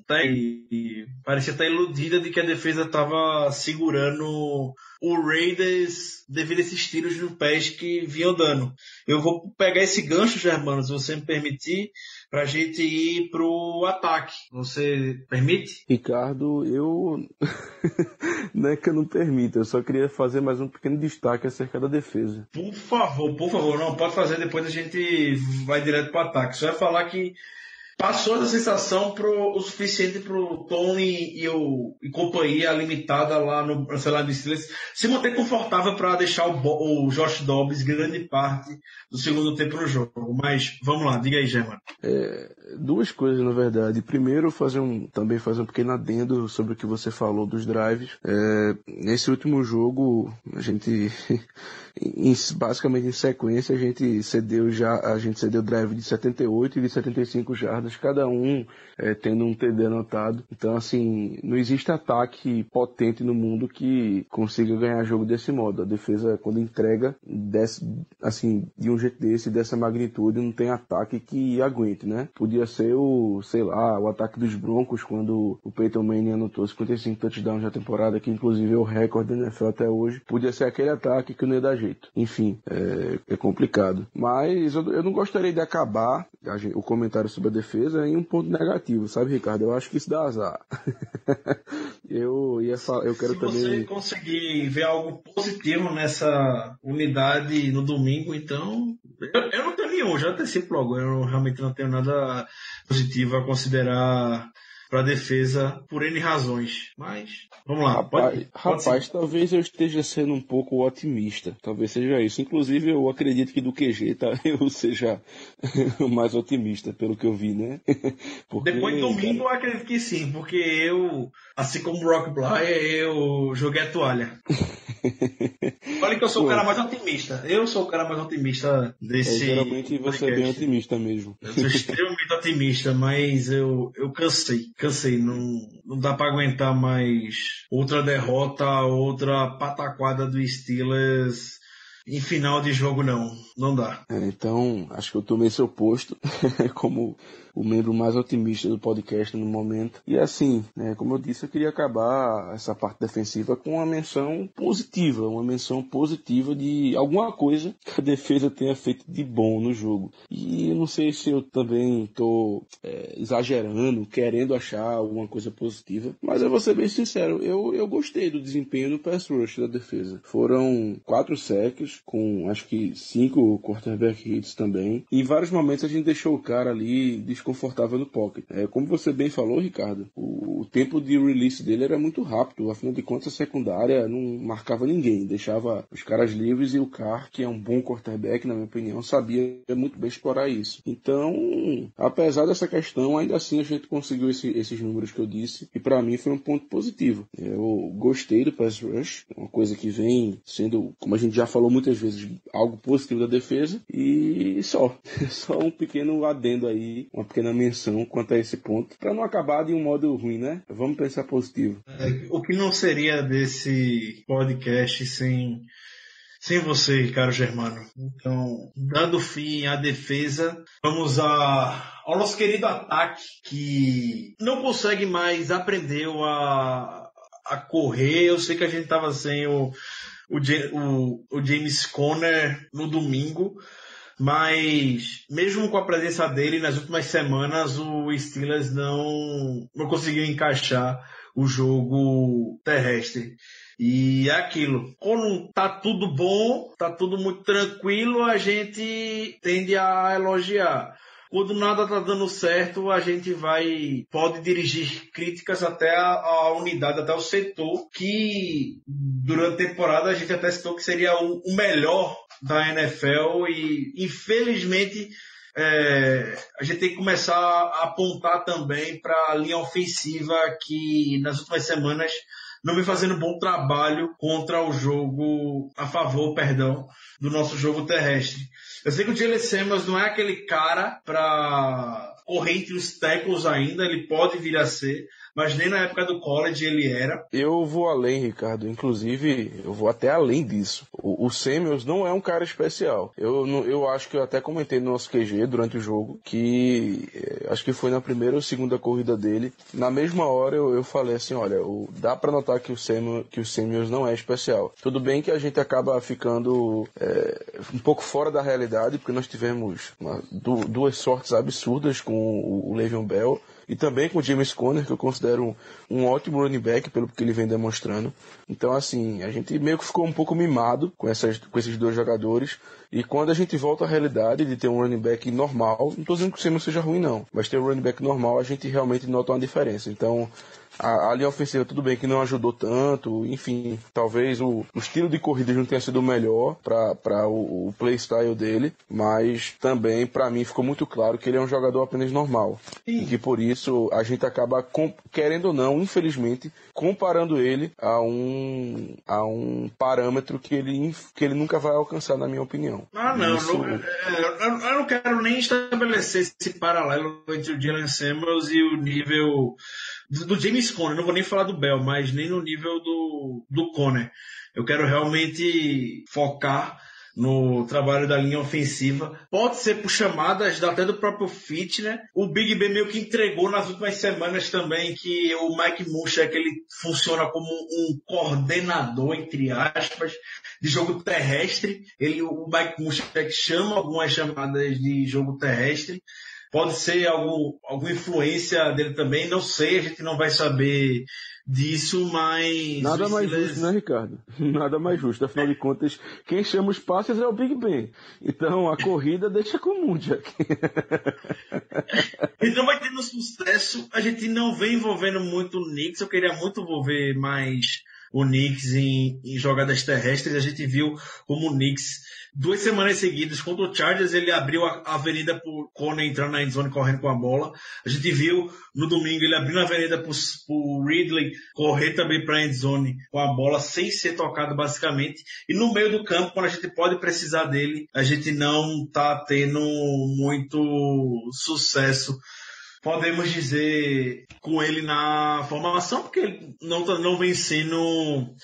E parecia estar iludida de que a defesa estava segurando o Raiders devido a esses tiros no pés que vinham dando. Eu vou pegar esse gancho, Germano, se você me permitir, pra gente ir pro ataque. Você permite? Ricardo, eu... não é que eu não permito, eu só queria fazer mais um pequeno destaque acerca da defesa. Por favor, por favor, não pode fazer, depois a gente vai direto pro ataque. Só ia falar que passou essa sensação pro, o suficiente pro Tony e, o, e companhia limitada lá no cenário do Steelers se manter confortável para deixar o, o Josh Dobbs grande parte do segundo tempo no jogo. Mas vamos lá, diga aí, Germano. É, duas coisas, na verdade. Primeiro, fazer um, também fazer um pequeno adendo sobre o que você falou dos drives. É, nesse último jogo, a gente... Em, basicamente em sequência a gente cedeu já a gente cedeu drive de setenta e oito e de setenta e cinco jardas jogadores, cada um é, tendo um T D anotado. Então, assim, não existe ataque potente no mundo que consiga ganhar jogo desse modo. A defesa, quando entrega desse, assim, de um jeito desse, dessa magnitude, não tem ataque que aguente, né? Podia ser o, sei lá, o ataque dos Broncos, quando o Peyton Manning anotou cinquenta e cinco touchdowns na temporada, que inclusive é o recorde da N F L até hoje. Podia ser aquele ataque que não ia dar jeito. Enfim, é, é complicado. Mas eu, eu não gostaria de acabar a gente, o comentário sobre a defesa em um ponto negativo, sabe, Ricardo? Eu acho que isso dá azar. eu, ia falar, eu quero Se também... você conseguir ver algo positivo nessa unidade no domingo, então... Eu, eu não tenho nenhum, já antecipo logo. Eu realmente não tenho nada positivo a considerar para a defesa por N razões. Mas, vamos lá. Rapaz, pode, rapaz pode talvez eu esteja sendo um pouco otimista. Talvez seja isso. Inclusive, eu acredito que do Q G tá, eu seja mais otimista, pelo que eu vi, né? Porque, depois de domingo, cara... eu acredito que sim. Porque eu, assim como o Brock Blair, eu joguei a toalha. Olha que eu sou Pô. o cara mais otimista. Eu sou o cara mais otimista desse. É, geralmente você podcast. É bem otimista mesmo. Eu sou extremamente otimista, mas eu, eu cansei. Cansei. Não, não dá pra aguentar mais outra derrota, outra pataquada do Steelers em final de jogo, não. Não dá. É, então, acho que eu tomei seu posto como o membro mais otimista do podcast no momento. E assim, né, como eu disse, eu queria acabar essa parte defensiva com uma menção positiva, uma menção positiva de alguma coisa que a defesa tenha feito de bom no jogo. E eu não sei se eu também estou é, exagerando, querendo achar alguma coisa positiva, mas eu vou ser bem sincero, eu, eu gostei do desempenho do pass rush da defesa. Foram quatro sacks, com acho que cinco quarterback hits também. E em vários momentos a gente deixou o cara ali desconfortável no pocket. É, como você bem falou, Ricardo, o, o tempo de release dele era muito rápido. Afinal de contas, a secundária não marcava ninguém. Deixava os caras livres e o Carr, que é um bom quarterback, na minha opinião, sabia muito bem explorar isso. Então, apesar dessa questão, ainda assim a gente conseguiu esse, esses números que eu disse. E para mim foi um ponto positivo. Eu gostei do pass rush, uma coisa que vem sendo, como a gente já falou muitas vezes, algo positivo da defesa. E só. Só um pequeno adendo aí, uma pequena menção quanto a esse ponto, para não acabar de um modo ruim, né? Vamos pensar positivo. É, o que não seria desse podcast sem, sem você, caro Germano? Então, dando fim à defesa, vamos a, ao nosso querido ataque, que não consegue mais aprender a, a correr. Eu sei que a gente estava sem o, o, o, o James Conner no domingo, mas mesmo com a presença dele nas últimas semanas, o Steelers não, não conseguiu encaixar o jogo terrestre. E é aquilo, quando tá tudo bom, tá tudo muito tranquilo, a gente tende a elogiar. Quando nada tá dando certo, a gente vai, pode dirigir críticas até a, a unidade, até o setor, que durante a temporada a gente até citou que seria o, o melhor da N F L e, infelizmente, é, a gente tem que começar a apontar também para a linha ofensiva que nas últimas semanas não vem fazendo bom trabalho contra o jogo, a favor, perdão, do nosso jogo terrestre. Eu sei que o Jalen Samuels não é aquele cara para correr entre os tackles ainda, ele pode vir a ser, mas nem na época do college ele era. Eu vou além, Ricardo. Inclusive, eu vou até além disso. O, o Samuels não é um cara especial. Eu, eu acho que eu até comentei no nosso Q G durante o jogo que acho que foi na primeira ou segunda corrida dele. Na mesma hora eu, eu falei assim, olha, o, dá pra notar que o, Samuel, que o Samuels não é especial. Tudo bem que a gente acaba ficando é, um pouco fora da realidade, porque nós tivemos uma, du, duas sortes absurdas com o, o Le'Veon Bell e também com o James Conner, que eu considero um, um ótimo running back pelo que ele vem demonstrando. Então, assim, a gente meio que ficou um pouco mimado com, essas, com esses dois jogadores. E quando a gente volta à realidade de ter um running back normal, não estou dizendo que o Samuel seja ruim, não, mas ter um running back normal, a gente realmente nota uma diferença. Então, A, a linha ofensiva, tudo bem que não ajudou tanto, enfim, talvez o, o estilo de corrida não tenha sido o melhor para o, o playstyle dele, mas também, para mim, ficou muito claro que ele é um jogador apenas normal. Sim. E que por isso a gente acaba, com, querendo ou não, infelizmente, comparando ele a um, a um parâmetro que ele, que ele nunca vai alcançar, na minha opinião. Ah, não, isso... não eu, eu não quero nem estabelecer esse paralelo entre o Jalen Samuels e o nível do, do James Conner. Não vou nem falar do Bell, mas nem no nível do, do Conner. Eu quero realmente focar no trabalho da linha ofensiva. Pode ser por chamadas até do próprio fit, né? O Big Ben meio que entregou nas últimas semanas também que o Mike Munchak, ele funciona como um coordenador, entre aspas, de jogo terrestre. Ele, o Mike Munchak chama algumas chamadas de jogo terrestre. Pode ser algum, alguma influência dele também, não sei, a gente não vai saber disso, mas... Nada mais Steelers... justo, né, Ricardo? Nada mais justo. Afinal de contas, quem chama os passes é o Big Ben. Então, a corrida deixa com o Munchak. Ele não vai tendo sucesso, a gente não vem envolvendo muito o Knicks, eu queria muito envolver mais o Knicks em, em jogadas terrestres. A gente viu como o Knicks, duas semanas seguidas contra o Chargers, ele abriu a, a avenida por Conner entrando na endzone correndo com a bola. A gente viu no domingo ele abrindo a avenida por, por Ridley correr também para a endzone com a bola sem ser tocado basicamente. E no meio do campo, quando a gente pode precisar dele, a gente não tá tendo muito sucesso, podemos dizer, com ele na formação, porque ele não, não vem sendo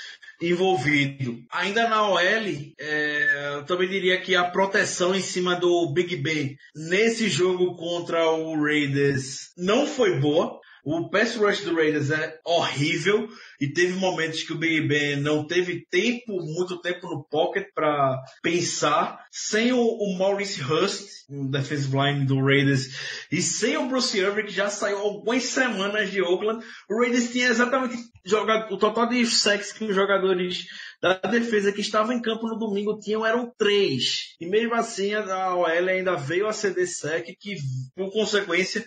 envolvido. Ainda na O L, é, eu também diria que a proteção em cima do Big Ben nesse jogo contra o Raiders não foi boa. O pass rush do Raiders é horrível e teve momentos que o Big Ben não teve tempo, muito tempo no pocket para pensar. Sem o, o Maurice Hurst, o defensive line do Raiders, e sem o Bruce Irvin, que já saiu algumas semanas de Oakland, o Raiders tinha exatamente jogado, o total de sacks que os jogadores da defesa que estavam em campo no domingo tinham eram três. E mesmo assim a O L ainda veio a ceder sack, que por consequência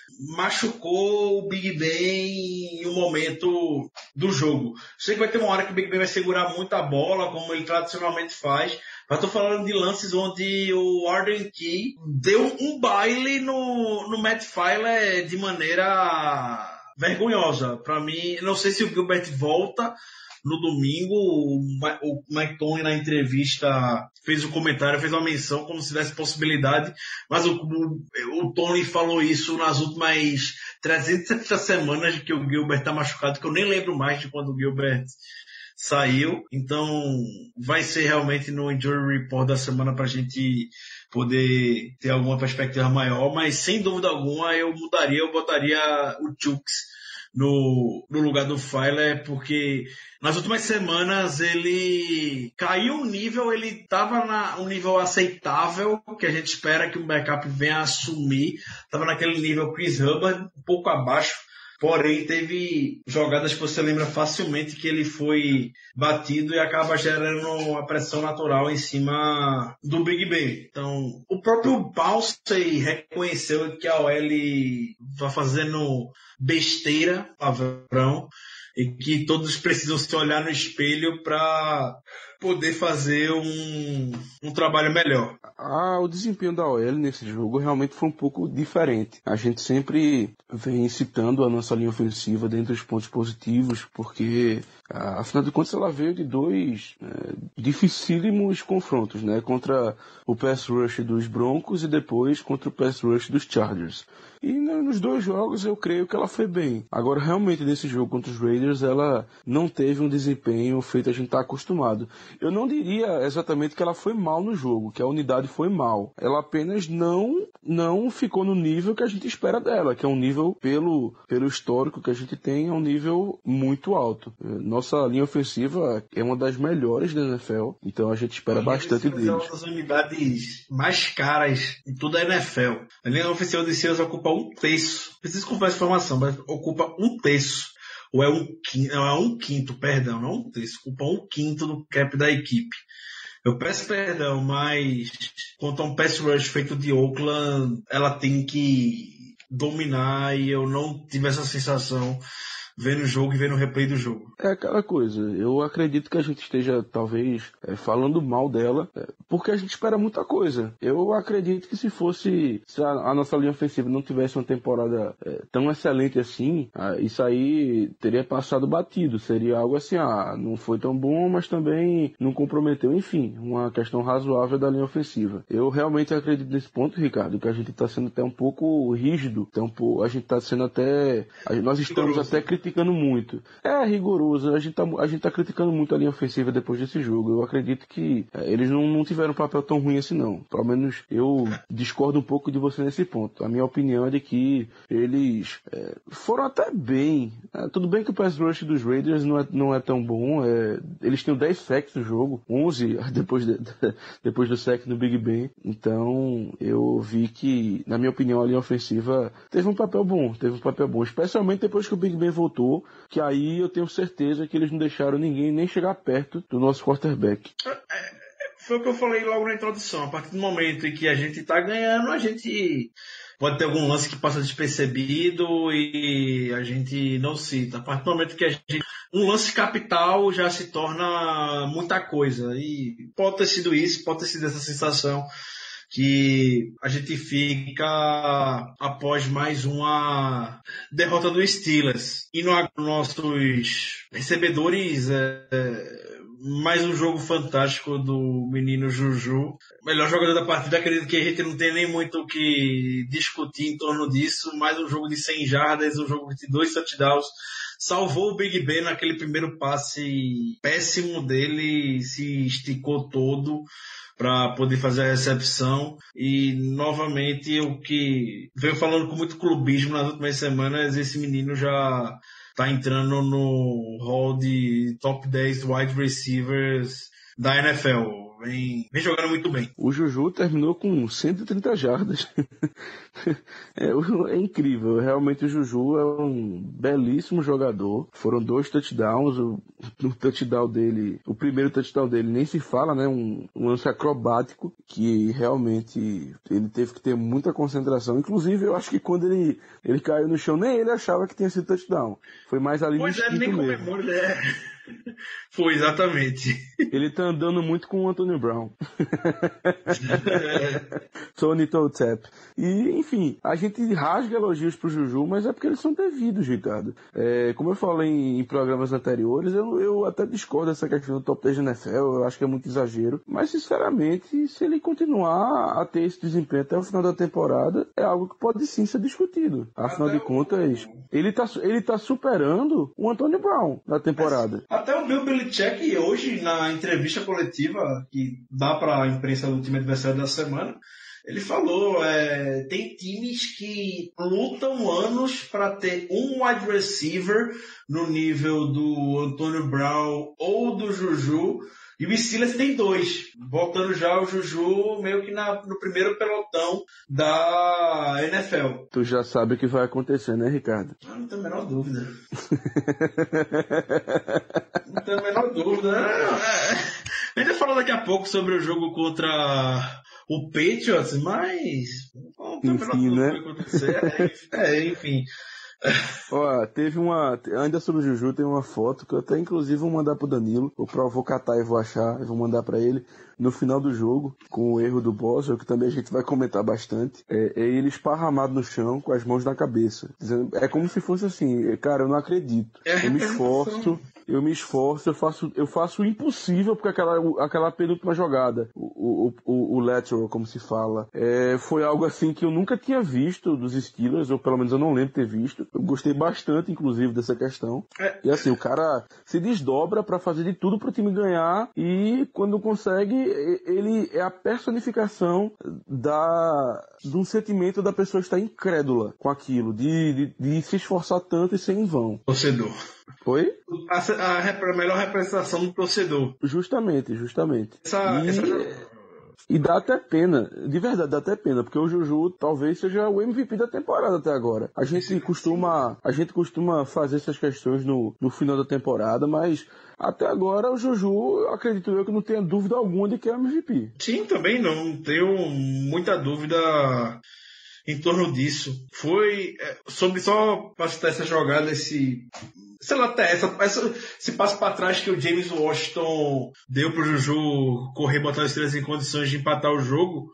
machucou o Big Ben em um momento do jogo. Sei que vai ter uma hora que o Big Ben vai segurar muito a bola, como ele tradicionalmente faz, mas estou falando de lances onde o Arden Key deu um baile no, no Matt Feiler de maneira vergonhosa. Para mim, não sei se o Gilbert volta no domingo. O Mike Tomlin na entrevista fez um comentário, fez uma menção como se tivesse possibilidade, mas o, o, o Tony falou isso nas últimas trezentas e setenta semanas de que o Gilbert está machucado, que eu nem lembro mais de quando o Gilbert saiu. Então vai ser realmente no Injury Report da semana para a gente poder ter alguma perspectiva maior, mas sem dúvida alguma eu mudaria, eu botaria o Chuks no, no lugar do Feiler, porque nas últimas semanas ele caiu um nível, ele estava na um nível aceitável, que a gente espera que um backup venha assumir, estava naquele nível Chris Hubbard, um pouco abaixo, porém teve jogadas que você lembra facilmente que ele foi batido e acaba gerando uma pressão natural em cima do Big Ben. Então, o próprio Pouncey reconheceu que a O L está fazendo besteira, palavrão, e que todos precisam se olhar no espelho para poder fazer um, um trabalho melhor. Ah, o desempenho da O L nesse jogo realmente foi um pouco diferente. A gente sempre vem citando a nossa linha ofensiva dentre os pontos positivos, porque, ah, afinal de contas, ela veio de dois é, dificílimos confrontos, né? Contra o pass rush dos Broncos e depois contra o pass rush dos Chargers. E nos dois jogos eu creio que ela foi bem. Agora, realmente, nesse jogo contra os Raiders, ela não teve um desempenho feito a gente estar acostumado. Eu não diria exatamente que ela foi mal no jogo, que a unidade foi mal. Ela apenas não, não ficou no nível que a gente espera dela, que é um nível, pelo, pelo histórico que a gente tem, é um nível muito alto. Nossa linha ofensiva é uma das melhores da N F L, então a gente espera bastante deles. É uma das unidades mais caras em toda a N F L. A linha ofensiva de Steelers ocupa um terço. Preciso confirmar essa informação, mas ocupa um terço. Ou é um quinto, não, é um quinto, perdão, não um terço. Ocupa um quinto do cap da equipe. Eu peço perdão, mas quanto a um pass rush feito de Oakland, ela tem que dominar, e eu não tive essa sensação vendo o jogo e vendo o replay do jogo. É aquela coisa, eu acredito que a gente esteja, talvez, é, falando mal dela, é, porque a gente espera muita coisa. Eu acredito que se fosse, se a, a nossa linha ofensiva não tivesse uma temporada é, tão excelente assim, ah, isso aí teria passado batido. Seria algo assim, ah, não foi tão bom, mas também não comprometeu. Enfim, uma questão razoável da linha ofensiva. Eu realmente acredito nesse ponto, Ricardo, que a gente está sendo até um pouco rígido, até um pouco, a gente está sendo até, a, nós estamos rigoroso. Até criticando muito. É rigoroso, a gente está a gente tá criticando muito a linha ofensiva depois desse jogo. Eu acredito que é, eles não, não tiveram um papel tão ruim assim não. Pelo menos eu discordo um pouco de você nesse ponto. A minha opinião é de que eles é, foram até bem. É, tudo bem que o pass rush dos Raiders não é, não é tão bom. É, eles tinham dez sacks no jogo, onze depois, de, depois do sack no Big Ben. Então eu vi que, na minha opinião, a linha ofensiva teve um papel bom. Teve um papel bom. Especialmente depois que o Big Ben voltou, que aí eu tenho certeza que eles não deixaram ninguém nem chegar perto do nosso quarterback. Foi o que eu falei logo na introdução. A partir do momento em que a gente tá ganhando, a gente pode ter algum lance que passa despercebido e a gente não cita. A partir do momento que a gente... Um lance capital já se torna muita coisa. E pode ter sido isso, pode ter sido essa sensação que a gente fica após mais uma derrota do Steelers. E nos nossos recebedores... É... Mais um jogo fantástico do menino Juju. Melhor jogador da partida, acredito que a gente não tem nem muito o que discutir em torno disso. Mais um jogo de cem jardas, um jogo de dois touchdowns. Salvou o Big Ben naquele primeiro passe péssimo dele, se esticou todo para poder fazer a recepção. E novamente o que veio falando com muito clubismo nas últimas semanas, esse menino já tá entrando no hall de top dez wide receivers da N F L. Vem, vem jogando muito bem. O Juju terminou com cento e trinta jardas. é, é incrível. Realmente o Juju é um belíssimo jogador. Foram dois touchdowns. O, o touchdown dele, o primeiro touchdown dele nem se fala, né? Um, um lance acrobático que realmente ele teve que ter muita concentração. Inclusive, eu acho que quando ele, ele caiu no chão, nem ele achava que tinha sido touchdown. Foi mais ali pois no instinto mesmo. Pois é, nem comemora, né? Foi, exatamente. Ele tá andando muito com o Antonio Brown. Tony Toe Tap. E, enfim, a gente rasga elogios pro Juju, mas é porque eles são devidos, Ricardo. É, como eu falei em, em programas anteriores, eu, eu até discordo dessa questão do top dez da N F L, eu acho que é muito exagero. Mas, sinceramente, se ele continuar a ter esse desempenho até o final da temporada, é algo que pode sim ser discutido. Afinal até de contas, o... ele, tá, ele tá superando o Antonio Brown na temporada. Até o Bill Belichick, hoje, na entrevista coletiva que dá para a imprensa do time adversário da semana, ele falou, é, tem times que lutam anos para ter um wide receiver no nível do Antonio Brown ou do Juju, e o Steelers tem dois, botando já o Juju meio que na, no primeiro pelotão da N F L. Tu já sabe o que vai acontecer, né, Ricardo? Ah, não tenho a menor dúvida. Não tenho a menor dúvida. A gente vai falar daqui a pouco sobre o jogo contra o Patriots, mas não tenho a menor dúvida do que vai acontecer. É, enfim. Ó, teve uma... Ainda sobre o Juju, tem uma foto que eu até inclusive vou mandar pro Danilo. Eu vou catar e vou achar, e vou mandar pra ele no final do jogo, com o erro do Boswell, que também a gente vai comentar bastante. É, é ele esparramado no chão com as mãos na cabeça, dizendo, é como se fosse assim, cara, eu não acredito, eu me esforço, eu me esforço, eu faço, eu faço o impossível, porque aquela, aquela penúltima jogada, o, o, o, o lateral, como se fala, é, foi algo assim que eu nunca tinha visto dos Steelers, ou pelo menos eu não lembro ter visto. Eu gostei bastante, inclusive, dessa questão. E assim, o cara se desdobra pra fazer de tudo pro time ganhar, e quando consegue, ele é a personificação da, de um sentimento da pessoa estar incrédula com aquilo, de, de, de se esforçar tanto e ser em vão. Torcedor. Oi? A, a, a melhor representação do torcedor. Justamente, justamente. Essa, e, essa... e dá até pena, de verdade, dá até pena, porque o Juju talvez seja o M V P da temporada até agora. A gente sim, costuma, sim. a gente costuma fazer essas questões no, no final da temporada, mas até agora o Juju, acredito eu que não tenha dúvida alguma de que é o M V P. Sim, também não tenho muita dúvida em torno disso. Foi, sobre só para citar essa jogada, esse sei lá, até essa, essa, esse passo para trás que o James Washington deu pro Juju correr, botar os Steelers em condições de empatar o jogo.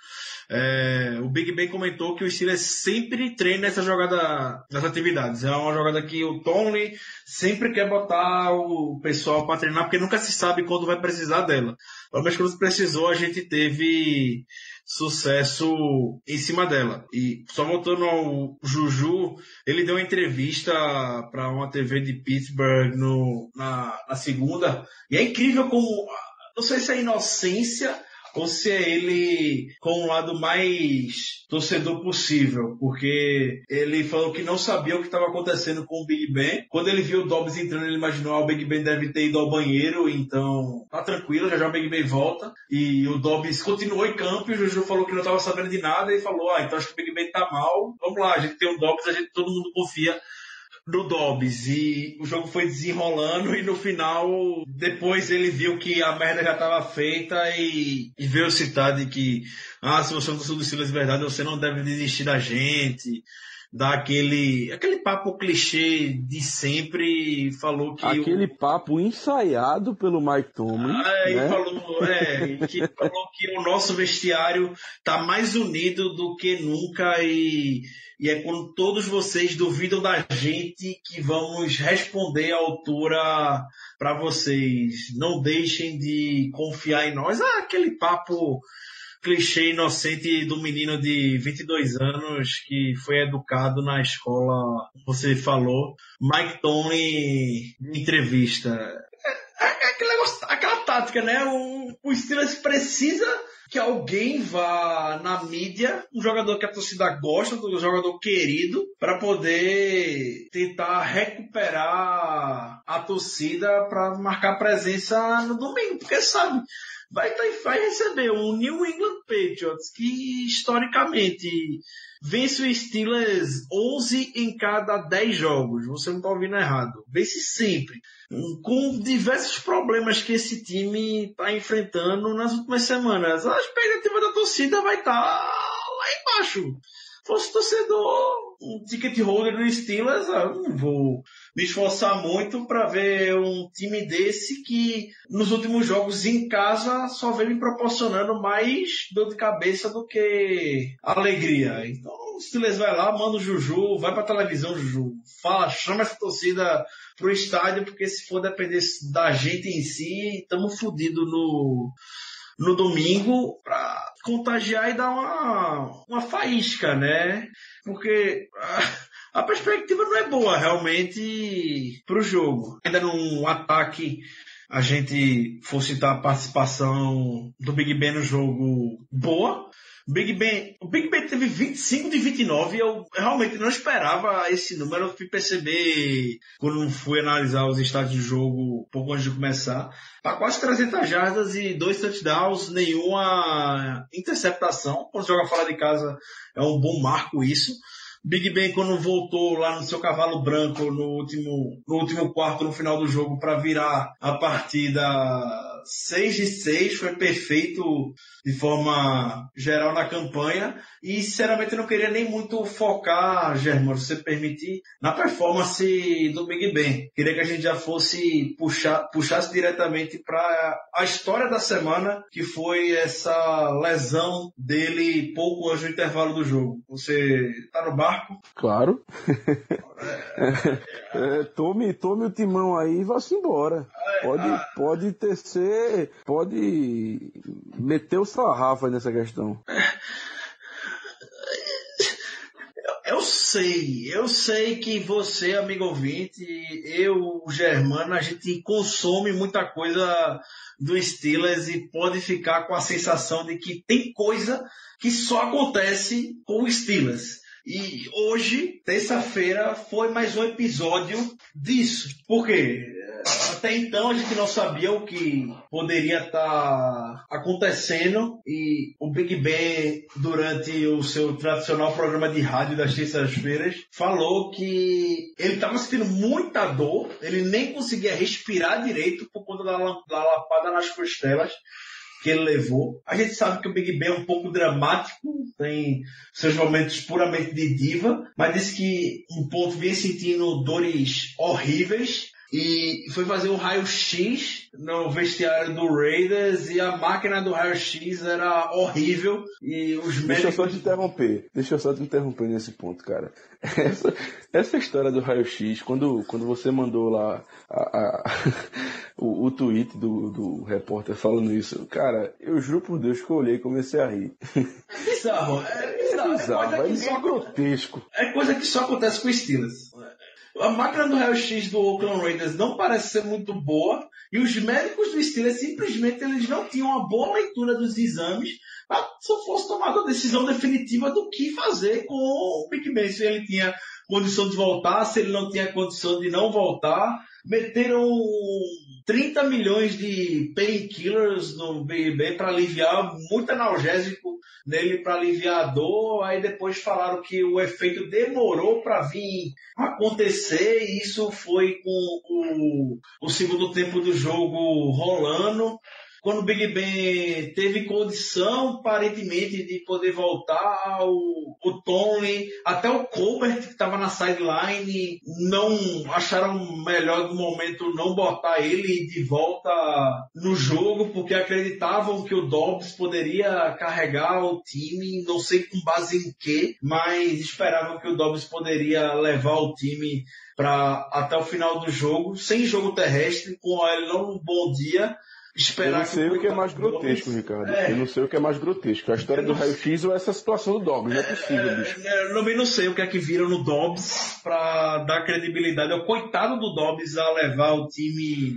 É, o Big Ben comentou que o Steelers sempre treina essa jogada nas atividades. É uma jogada que o Tomlin sempre quer botar o pessoal para treinar, porque nunca se sabe quando vai precisar dela. Mas quando precisou, a gente teve sucesso em cima dela. E só voltando ao Juju, ele deu uma entrevista para uma T V de Pittsburgh no, na, na segunda, e é incrível como, não sei se é inocência ou se é ele com o lado mais torcedor possível, porque ele falou que não sabia o que estava acontecendo com o Big Ben. Quando ele viu o Dobbs entrando, ele imaginou que ah, o Big Ben deve ter ido ao banheiro, então tá tranquilo, já já o Big Ben volta. E o Dobbs continuou em campo e o Juju falou que não estava sabendo de nada e falou, ah, então acho que o Big Ben tá mal, vamos lá, a gente tem o Dobbs, a gente, todo mundo confia no Dobbs. E o jogo foi desenrolando e no final, depois ele viu que a merda já estava feita e, e veio citar de que ah, se você não torceu do Steelers de verdade, você não deve desistir da gente. Dá aquele, aquele papo clichê de sempre, falou que... Aquele o... papo ensaiado pelo Mike Tomlin. É, né? e falou, é, que falou que o nosso vestiário tá mais unido do que nunca e, e é quando todos vocês duvidam da gente que vamos responder à altura para vocês. Não deixem de confiar em nós. Ah, aquele papo clichê inocente do menino de vinte e dois anos que foi educado na escola, você falou. Mike Tomlin, entrevista. É, é aquele negócio, aquela tática, né? O, o Steelers precisa que alguém vá na mídia, um jogador que a torcida gosta, um jogador querido, para poder tentar recuperar a torcida para marcar presença no domingo, porque sabe, vai, vai receber um New England Patriots que historicamente vence o Steelers onze em cada dez jogos. Você não está ouvindo errado. Vence sempre. Com diversos problemas que esse time está enfrentando nas últimas semanas. A expectativa da torcida vai estar tá lá embaixo. Se fosse torcedor, um ticket holder do Steelers, eu não vou me esforçar muito para ver um time desse que nos últimos jogos em casa só vem me proporcionando mais dor de cabeça do que alegria. Então o Steelers vai lá, manda o Juju, vai pra televisão, Juju, fala, chama essa torcida pro estádio, porque se for depender da gente em si, estamos fodidos no, no domingo pra contagiar e dar uma, uma faísca, né? Porque a, a perspectiva não é boa realmente pro jogo. Ainda num ataque, a gente for citar a participação do Big Ben no jogo boa. Big Ben, o Big Ben teve vinte e cinco de vinte e nove e eu realmente não esperava esse número. Eu fui perceber quando fui analisar os estádios do jogo pouco antes de começar. Para quase trezentas jardas e dois touchdowns, nenhuma interceptação. Quando joga fora de casa é um bom marco isso. Big Ben, quando voltou lá no seu cavalo branco no último, no último quarto, no final do jogo, para virar a partida seis de seis, foi perfeito de forma geral na campanha. E, sinceramente, eu não queria nem muito focar, Germano, se você permitir, na performance do Big Ben. Queria que a gente já fosse puxar, puxasse diretamente para a história da semana, que foi essa lesão dele pouco antes do intervalo do jogo. Você tá no barco? Claro. É, tome, tome o timão aí e vá-se embora. Pode, ah, pode tecer, pode meter o sarrafo aí nessa questão. Eu, eu sei, eu sei que você, amigo ouvinte, eu, o Germano, a gente consome muita coisa do Steelers e pode ficar com a sensação de que tem coisa que só acontece com o Steelers. E hoje, terça-feira, foi mais um episódio disso. Por quê? Até então a gente não sabia o que poderia estar acontecendo e o Big Ben, durante o seu tradicional programa de rádio das terças-feiras, falou que ele estava sentindo muita dor, ele nem conseguia respirar direito por conta da, da lapada nas costelas que ele levou. A gente sabe que o Big Ben é um pouco dramático, tem seus momentos puramente de diva, mas disse que um ponto vem sentindo dores horríveis. e foi fazer um raio-x no vestiário do Raiders e a máquina do raio-x era horrível e os médicos... Deixa eu só te interromper, deixa eu só te interromper nesse ponto, cara. Essa, essa história do raio-x, quando, quando você mandou lá a, a, o, o tweet do, do repórter falando isso, cara, eu juro por Deus que eu olhei e comecei a rir. É bizarro, é bizarro, é, bizarro, é, é, só, é grotesco. É coisa que só acontece com o Steelers. A máquina do raio-x do Oakland Raiders não parece ser muito boa e os médicos do Steelers simplesmente eles não tinham uma boa leitura dos exames para se fosse tomada a decisão definitiva do que fazer com o Big Ben, se ele tinha condição de voltar, se ele não tinha condição de não voltar. Meteram trinta milhões de painkillers no Big Ben para aliviar, muito analgésico nele para aliviar a dor. Aí depois falaram que o efeito demorou para vir acontecer e isso foi com o, o segundo tempo do jogo rolando. Quando o Big Ben teve condição, aparentemente, de poder voltar, o, o Tony, até o Colbert, que estava na sideline, não acharam melhor no momento não botar ele de volta no jogo, porque acreditavam que o Dobbs poderia carregar o time, não sei com base em quê, mas esperavam que o Dobbs poderia levar o time para até o final do jogo, sem jogo terrestre, com ele não um bom dia. Eu não sei o que é mais grotesco, Ricardo. É. Eu não sei o que é mais grotesco. A história do raio-x ou essa situação do Dobbs. Não é possível, bicho. Eu também não sei o que é que viram no Dobbs pra dar credibilidade. É o coitado do Dobbs a levar o time...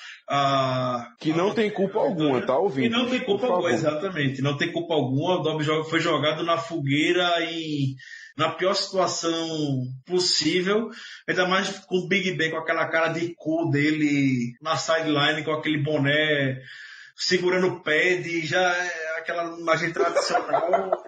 A... Que não tem culpa alguma, tá ouvindo? Que não tem culpa alguma, exatamente. Não tem culpa alguma. O Dobbs foi jogado na fogueira e... na pior situação possível, ainda mais com o Big Ben, com aquela cara de cu dele na sideline, com aquele boné, segurando o pad, já é aquela imagem tradicional.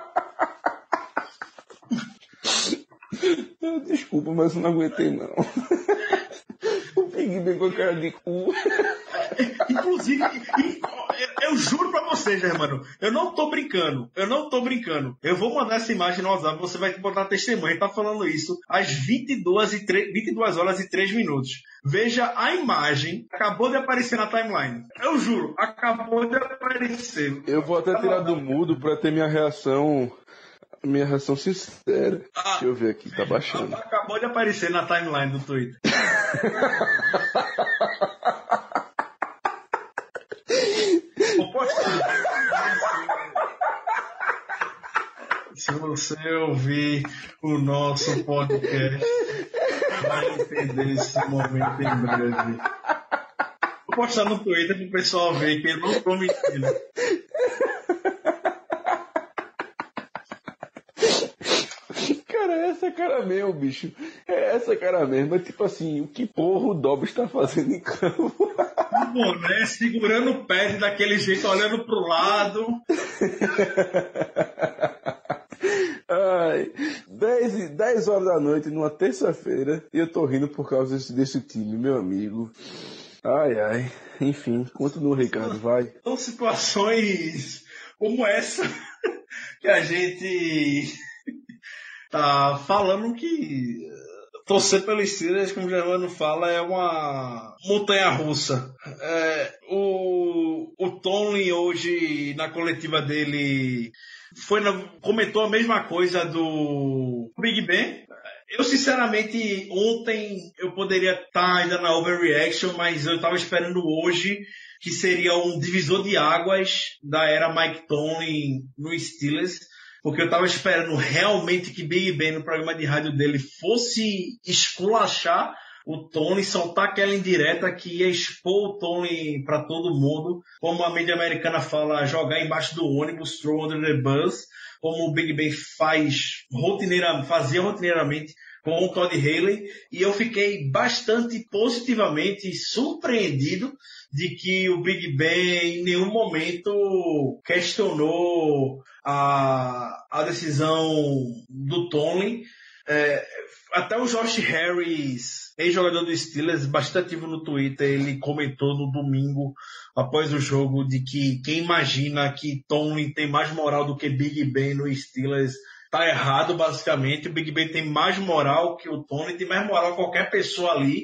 Desculpa, mas eu não aguentei não. O Big Ben com a cara de cu. Inclusive, eu juro pra você, Germano, eu não tô brincando, eu não tô brincando. Eu vou mandar essa imagem no WhatsApp, você vai botar testemunha, ele tá falando isso às vinte e duas, e tre... vinte e duas horas e três minutos. Veja a imagem, acabou de aparecer na timeline. Eu juro, acabou de aparecer. Eu vou até tirar do mudo pra ter minha reação... Minha reação sincera. Ah, deixa eu ver aqui, tá baixando. Acabou de aparecer na timeline do Twitter. Se você ouvir o nosso podcast, vai entender esse momento em breve. Vou postar no Twitter pro pessoal ver que eu não tô mentindo. Essa cara mesmo, bicho. É essa cara mesmo. É tipo assim, o que porra o Dobbs tá fazendo em campo? O boné segurando o pé daquele jeito, olhando pro lado. Ai, dez horas da noite numa terça-feira e eu tô rindo por causa desse, desse time, meu amigo. Ai, ai. Enfim, continua, Ricardo, vai. São situações como essa que a gente... tá falando que torcer pelos Steelers, como o Germano fala, é uma montanha-russa. É, o, o Tony hoje, na coletiva dele, foi na, comentou a mesma coisa do Big Ben. Eu, sinceramente, ontem eu poderia estar ainda na overreaction, mas eu estava esperando hoje que seria um divisor de águas da era Mike Tomlin no Steelers. Porque eu estava esperando realmente que Big Ben, no programa de rádio dele, fosse esculachar o Tony, soltar aquela indireta que ia expor o Tony para todo mundo. Como a mídia americana fala, jogar embaixo do ônibus, throw under the bus. Como o Big Ben faz rotineira, fazia rotineiramente com o Todd Haley. E eu fiquei bastante positivamente surpreendido de que o Big Ben em nenhum momento questionou a, a decisão do Tony. É, até o Josh Harris, ex-jogador do Steelers, bastante ativo no Twitter, ele comentou no domingo, após o jogo, de que quem imagina que Tony tem mais moral do que Big Ben no Steelers tá errado, basicamente. O Big Ben tem mais moral que o Tony, tem mais moral que qualquer pessoa ali.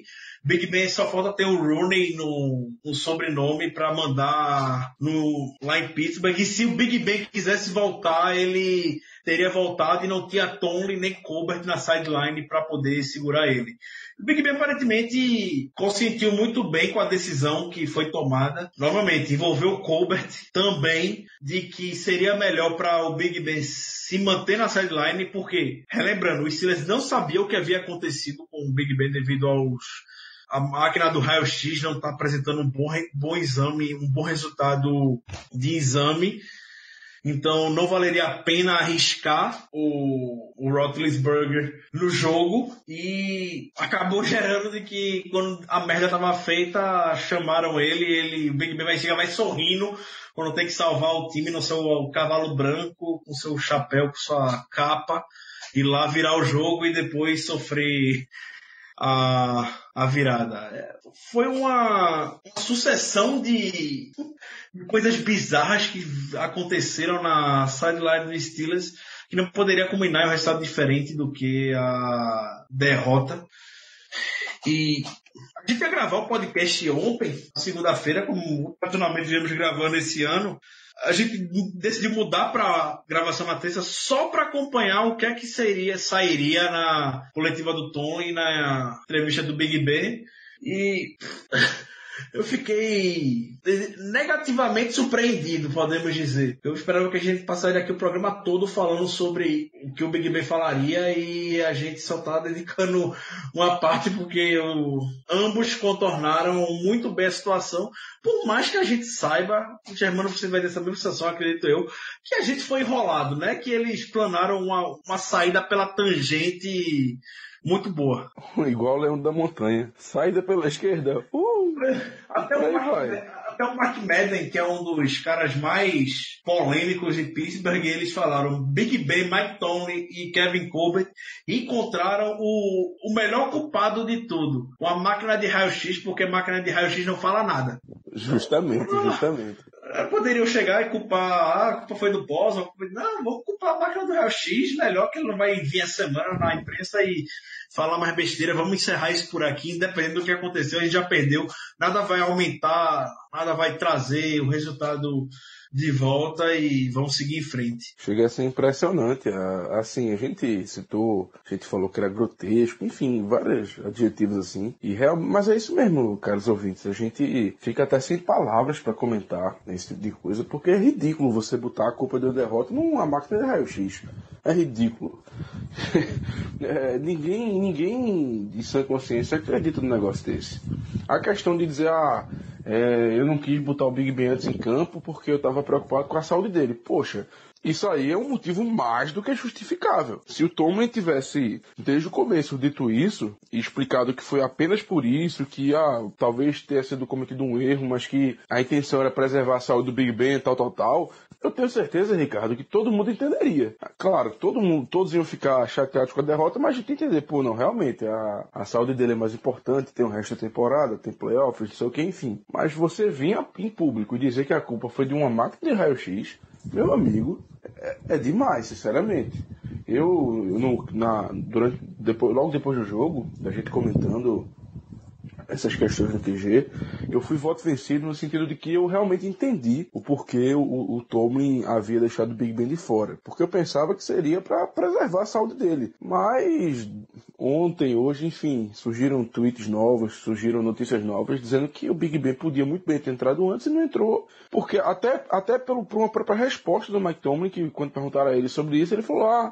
Big Ben só falta ter o Rooney no, no sobrenome para mandar no, lá em Pittsburgh. E se o Big Ben quisesse voltar, ele teria voltado e não tinha Tomlin nem Colbert na sideline para poder segurar ele. O Big Ben aparentemente consentiu muito bem com a decisão que foi tomada. Novamente, envolveu o Colbert também, de que seria melhor para o Big Ben se manter na sideline, porque, relembrando, os Steelers não sabiam o que havia acontecido com o Big Ben devido aos... A máquina do raio-x não está apresentando um bom, bom exame, um bom resultado de exame. Então não valeria a pena arriscar o, o Roethlisberger no jogo, e acabou gerando de que quando a merda estava feita, chamaram ele, ele, o Big Ben vai chegar mais sorrindo quando tem que salvar o time no seu cavalo branco, com seu chapéu, com sua capa, e lá virar o jogo e depois sofrer a, a virada. Foi uma, uma sucessão de, de coisas bizarras que aconteceram na sideline dos Steelers, que não poderia combinar um resultado diferente do que a derrota. E a gente ia gravar o podcast ontem, segunda-feira, como tradicionalmente viemos gravando esse ano. A gente decidiu mudar para gravação na terça só para acompanhar o que é que seria, sairia na coletiva do Tom e na entrevista do Big Ben. E eu fiquei negativamente surpreendido, podemos dizer. Eu esperava que a gente passaria aqui o programa todo falando sobre o que o Big Ben falaria, e a gente só está dedicando uma parte porque o, ambos contornaram muito bem a situação. Por mais que a gente saiba, Germano, você vai ter essa mesma sensação, acredito eu, que a gente foi enrolado, né? Que eles planaram uma, uma saída pela tangente muito boa. Igual o Leão da Montanha. Saída pela esquerda. Uh! Até o, Mark, até o Mark Madden, que é um dos caras mais polêmicos de Pittsburgh, eles falaram: Big Ben, Mike Tomlin e Kevin Colbert encontraram o, o melhor culpado de tudo, uma máquina de raio-x, porque a máquina de raio-x não fala nada. Justamente, justamente. Poderiam chegar e culpar, ah, a culpa foi do Boss, não, vou culpar a máquina do raio-x, melhor que ele não vai vir a semana na imprensa e falar mais besteira. Vamos encerrar isso por aqui, independente do que aconteceu, a gente já perdeu, nada vai aumentar, nada vai trazer o resultado de volta e vamos seguir em frente. Chega a ser impressionante. Assim, a gente citou, a gente falou que era grotesco, enfim, vários adjetivos assim. E real, mas é isso mesmo, caros ouvintes. A gente fica até sem palavras para comentar esse tipo de coisa, porque é ridículo você botar a culpa da derrota numa máquina de raio-x. É ridículo. é, ninguém, ninguém de sã consciência acredita num negócio desse. A questão de dizer, ah, é, eu não quis botar o Big Ben antes em campo porque eu estava preocupado com a saúde dele. Poxa, isso aí é um motivo mais do que justificável. Se o Tomlin tivesse, desde o começo, dito isso e explicado que foi apenas por isso, que ah, talvez tenha sido cometido um erro, mas que a intenção era preservar a saúde do Big Ben, tal, tal, tal, eu tenho certeza, Ricardo, que todo mundo entenderia. Claro, todo mundo, todos iam ficar chateados com a derrota, mas a gente ia entender, pô, não, realmente, a, a saúde dele é mais importante, tem o resto da temporada, tem playoffs, não sei o que, enfim. Mas você vinha em público e dizer que a culpa foi de uma máquina de raio-x, meu amigo, é, é demais, sinceramente. Eu, eu no, na, durante, depois, logo depois do jogo, da gente comentando essas questões do Q G, eu fui voto vencido no sentido de que eu realmente entendi o porquê o, o Tomlin havia deixado o Big Ben de fora. Porque eu pensava que seria para preservar a saúde dele. Mas ontem, hoje, enfim, surgiram tweets novos, surgiram notícias novas dizendo que o Big Ben podia muito bem ter entrado antes e não entrou. Porque até, até pelo, por uma própria resposta do Mike Tomlin, que quando perguntaram a ele sobre isso, ele falou, ah,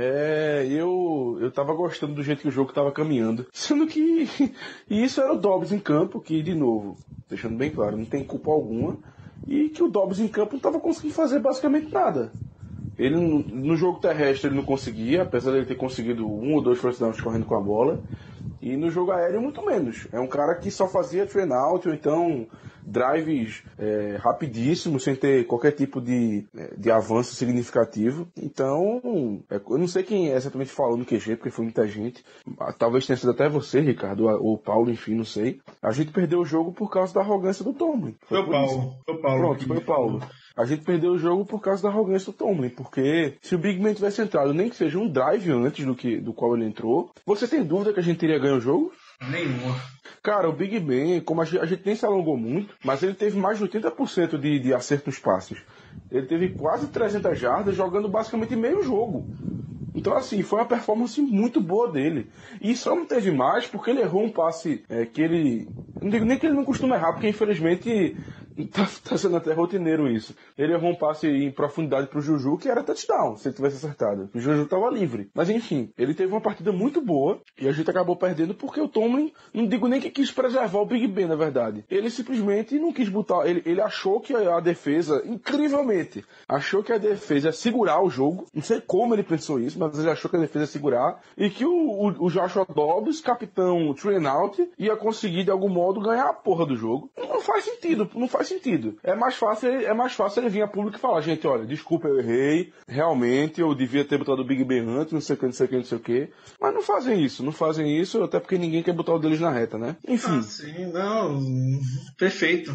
é, eu, eu tava gostando do jeito que o jogo tava caminhando. Sendo que e isso era o Dobbs em campo, que, de novo, deixando bem claro, não tem culpa alguma, e que o Dobbs em campo não estava conseguindo fazer basicamente nada. Ele, no jogo terrestre, ele não conseguia, apesar de ele ter conseguido um ou dois first downs correndo com a bola, e no jogo aéreo, muito menos. É um cara que só fazia train out, ou então drives é, rapidíssimos, sem ter qualquer tipo de, de avanço significativo. Então, é, eu não sei quem é exatamente falou no Q G, porque foi muita gente. Talvez tenha sido até você, Ricardo, ou o Paulo, enfim, não sei. A gente perdeu o jogo por causa da arrogância do Tomlin. Foi, foi o Paulo. Foi o Paulo. Pronto, foi o Paulo. A gente perdeu o jogo por causa da arrogância do Tomlin, porque se o Big Ben tivesse entrado, nem que seja um drive antes do, que, do qual ele entrou, você tem dúvida que a gente teria ganho o jogo? Nenhuma. Cara, o Big Ben, como a gente, a gente nem se alongou muito, mas ele teve mais de oitenta por cento de, de acerto nos passes. Ele teve quase trezentas jardas jogando basicamente meio jogo. Então, assim, foi uma performance muito boa dele. E só não teve mais porque ele errou um passe é, que ele... Não digo nem que ele não costuma errar, porque infelizmente tá, tá sendo até rotineiro isso. Ele errou um passe em profundidade pro Juju, que era touchdown, se ele tivesse acertado. O Juju tava livre. Mas enfim, ele teve uma partida muito boa e a gente acabou perdendo porque o Tomlin, não digo nem que quis preservar o Big Ben, na verdade. Ele simplesmente não quis botar... Ele, ele achou que a defesa, incrivelmente, achou que a defesa ia segurar o jogo. Não sei como ele pensou isso, mas ele achou que a defesa ia segurar e que o, o, o Joshua Dobbs, capitão three and out, ia conseguir de algum modo ganhar a porra do jogo. Não faz sentido, não faz sentido. É mais fácil, é mais fácil ele vir a público e falar, gente, olha, desculpa, eu errei, realmente eu devia ter botado o Big Ben antes, não sei o que, não sei o que, não sei o que. Mas não fazem isso, não fazem isso, até porque ninguém quer botar o deles na reta, né? Enfim. Ah, sim, não, perfeito.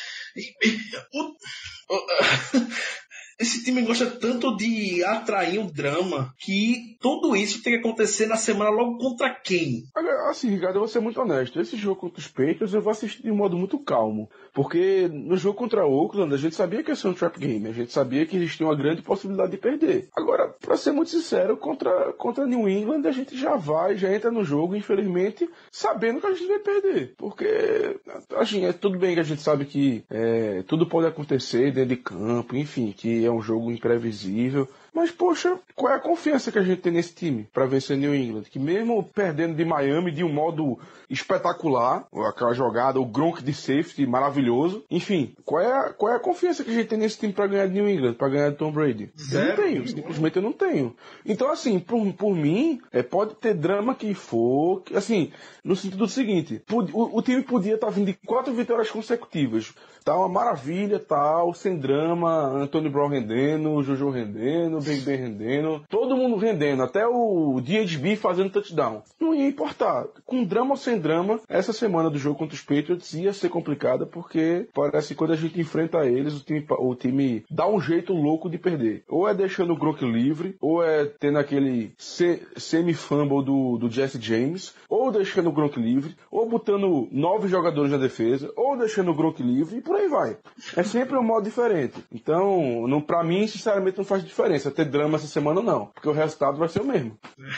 O, o, esse time gosta tanto de atrair o drama que tudo isso tem que acontecer na semana logo contra quem? Assim, Ricardo, eu vou ser muito honesto. Esse jogo contra os Patriots eu vou assistir de modo muito calmo. Porque no jogo contra o Oakland a gente sabia que ia ser um trap game. A gente sabia que existia uma grande possibilidade de perder. Agora, pra ser muito sincero, contra, contra New England a gente já vai, já entra no jogo, infelizmente, sabendo que a gente vai perder. Porque, assim, é tudo bem que a gente sabe que é, tudo pode acontecer dentro de campo, enfim, que é um jogo imprevisível. Mas, poxa, qual é a confiança que a gente tem nesse time pra vencer New England? Que mesmo perdendo de Miami de um modo espetacular, aquela jogada, o Gronk de safety maravilhoso, enfim, qual é a, qual é a confiança que a gente tem nesse time pra ganhar de New England, pra ganhar de Tom Brady? Zero. Eu não tenho, simplesmente eu não tenho. Então, assim, por, por mim, é, pode ter drama que for, assim, no sentido do seguinte, o, o time podia estar vindo de quatro vitórias consecutivas, tá uma maravilha, tal, sem drama, Antonio Brown rendendo, Jojo rendendo, Big Ben rendendo, todo mundo rendendo, até o D H B fazendo touchdown. Não ia importar. Com drama ou sem drama, essa semana do jogo contra os Patriots ia ser complicada, porque parece que quando a gente enfrenta eles, o time, o time dá um jeito louco de perder. Ou é deixando o Gronk livre, ou é tendo aquele se, semi-fumble do, do Jesse James, ou deixando o Gronk livre, ou botando nove jogadores na defesa, ou deixando o Gronk livre, e por aí vai. É sempre um modo diferente. Então, não, pra mim, sinceramente, não faz diferença ter drama essa semana, não. Porque o resultado vai ser o mesmo.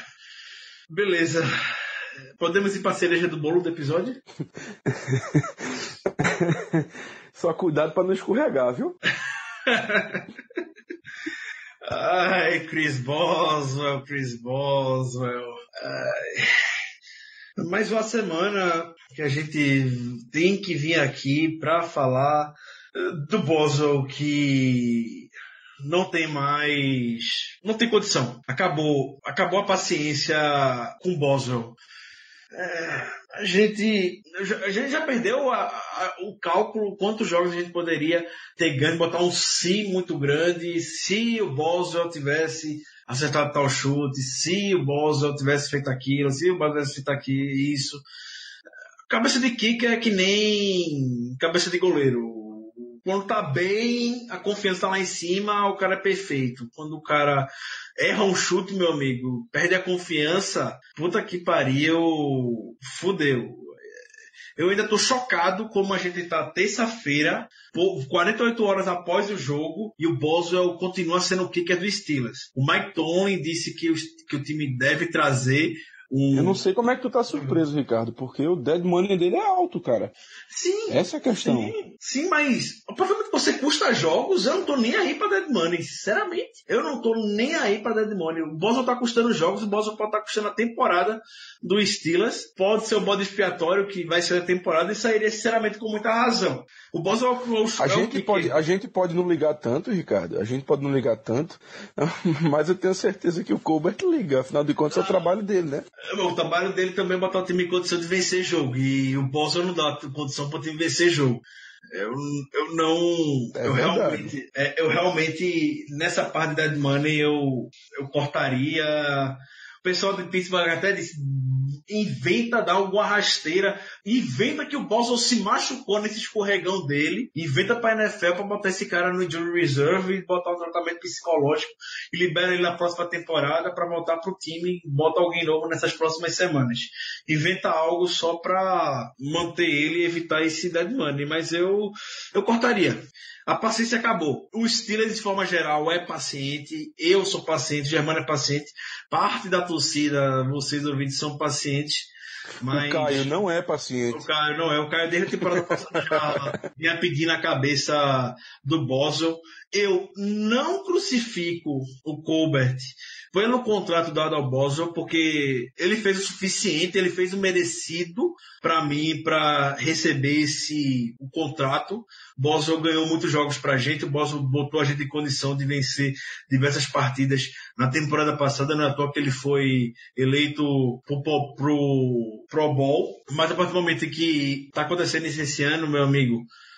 Beleza. Podemos ir pra cereja do bolo do episódio? Só cuidado pra não escorregar, viu? Ai, Chris Boswell, Chris Boswell. Ai. Mais uma semana que a gente tem que vir aqui pra falar do Boswell, que não tem mais, não tem condição. Acabou, acabou a paciência com o Boswell. É, a gente, a gente já perdeu a, a, o cálculo quantos jogos a gente poderia ter ganho, botar um se muito grande, se o Boswell tivesse acertado tal chute, se o Boswell tivesse feito aquilo, se o Boswell tivesse feito aquilo, isso. Cabeça de kicker é que nem cabeça de goleiro. Quando tá bem, a confiança tá lá em cima, o cara é perfeito. Quando o cara erra um chute, meu amigo, perde a confiança, puta que pariu, fudeu. Eu ainda tô chocado como a gente tá terça-feira, quarenta e oito horas após o jogo, e o Boswell continua sendo o kicker do Steelers. O Mike Tomlin disse que o, que o time deve trazer um... Eu não sei como é que tu tá surpreso, Ricardo, porque o dead money dele é alto, cara. Sim. Essa é a questão. Sim, sim, mas provavelmente você custa jogos, eu não tô nem aí pra dead money, sinceramente. Eu não tô nem aí pra dead money. O Boswell tá custando jogos, o Boswell pode estar tá custando a temporada do Steelers. Pode ser o bode expiatório que vai ser a temporada e sairia, sinceramente, com muita razão. O Boswell é o, a, é gente o pode, a gente pode não ligar tanto, Ricardo, a gente pode não ligar tanto, mas eu tenho certeza que o Colbert liga, afinal de contas é o trabalho dele, né? O trabalho dele também é botar o time em condição de vencer jogo, e o Boswell não dá condição para o time vencer jogo. Eu, eu não. É eu, verdade. realmente, é, eu realmente, nessa parte de dead money, eu, eu cortaria. O pessoal de Pittsburgh até disse: inventa dar alguma rasteira, inventa que o Boswell se machucou nesse escorregão dele, inventa pra N F L pra botar esse cara no injury reserve e botar um tratamento psicológico e libera ele na próxima temporada pra voltar pro time e bota alguém novo nessas próximas semanas. inventa algo só para manter ele e evitar esse dead money. Mas eu, eu cortaria. A paciência acabou. O Steelers, de forma geral, é paciente. Eu sou paciente, o Germano é paciente. Parte da torcida, vocês ouvintes, são pacientes. Mas... O Caio não é paciente. O Caio não é. O Caio, desde a temporada passada, já vinha pedindo a cabeça do Boswell. Eu não crucifico o Colbert pelo contrato dado ao Boswell, porque ele fez o suficiente, ele fez o merecido para mim, para receber esse o contrato. Boswell ganhou muitos jogos pra gente, o Boswell botou a gente em condição de vencer diversas partidas na temporada passada, não é à toa que ele foi eleito pro, pro, pro Pro Bowl, mas a partir do momento que tá acontecendo isso esse ano, meu amigo,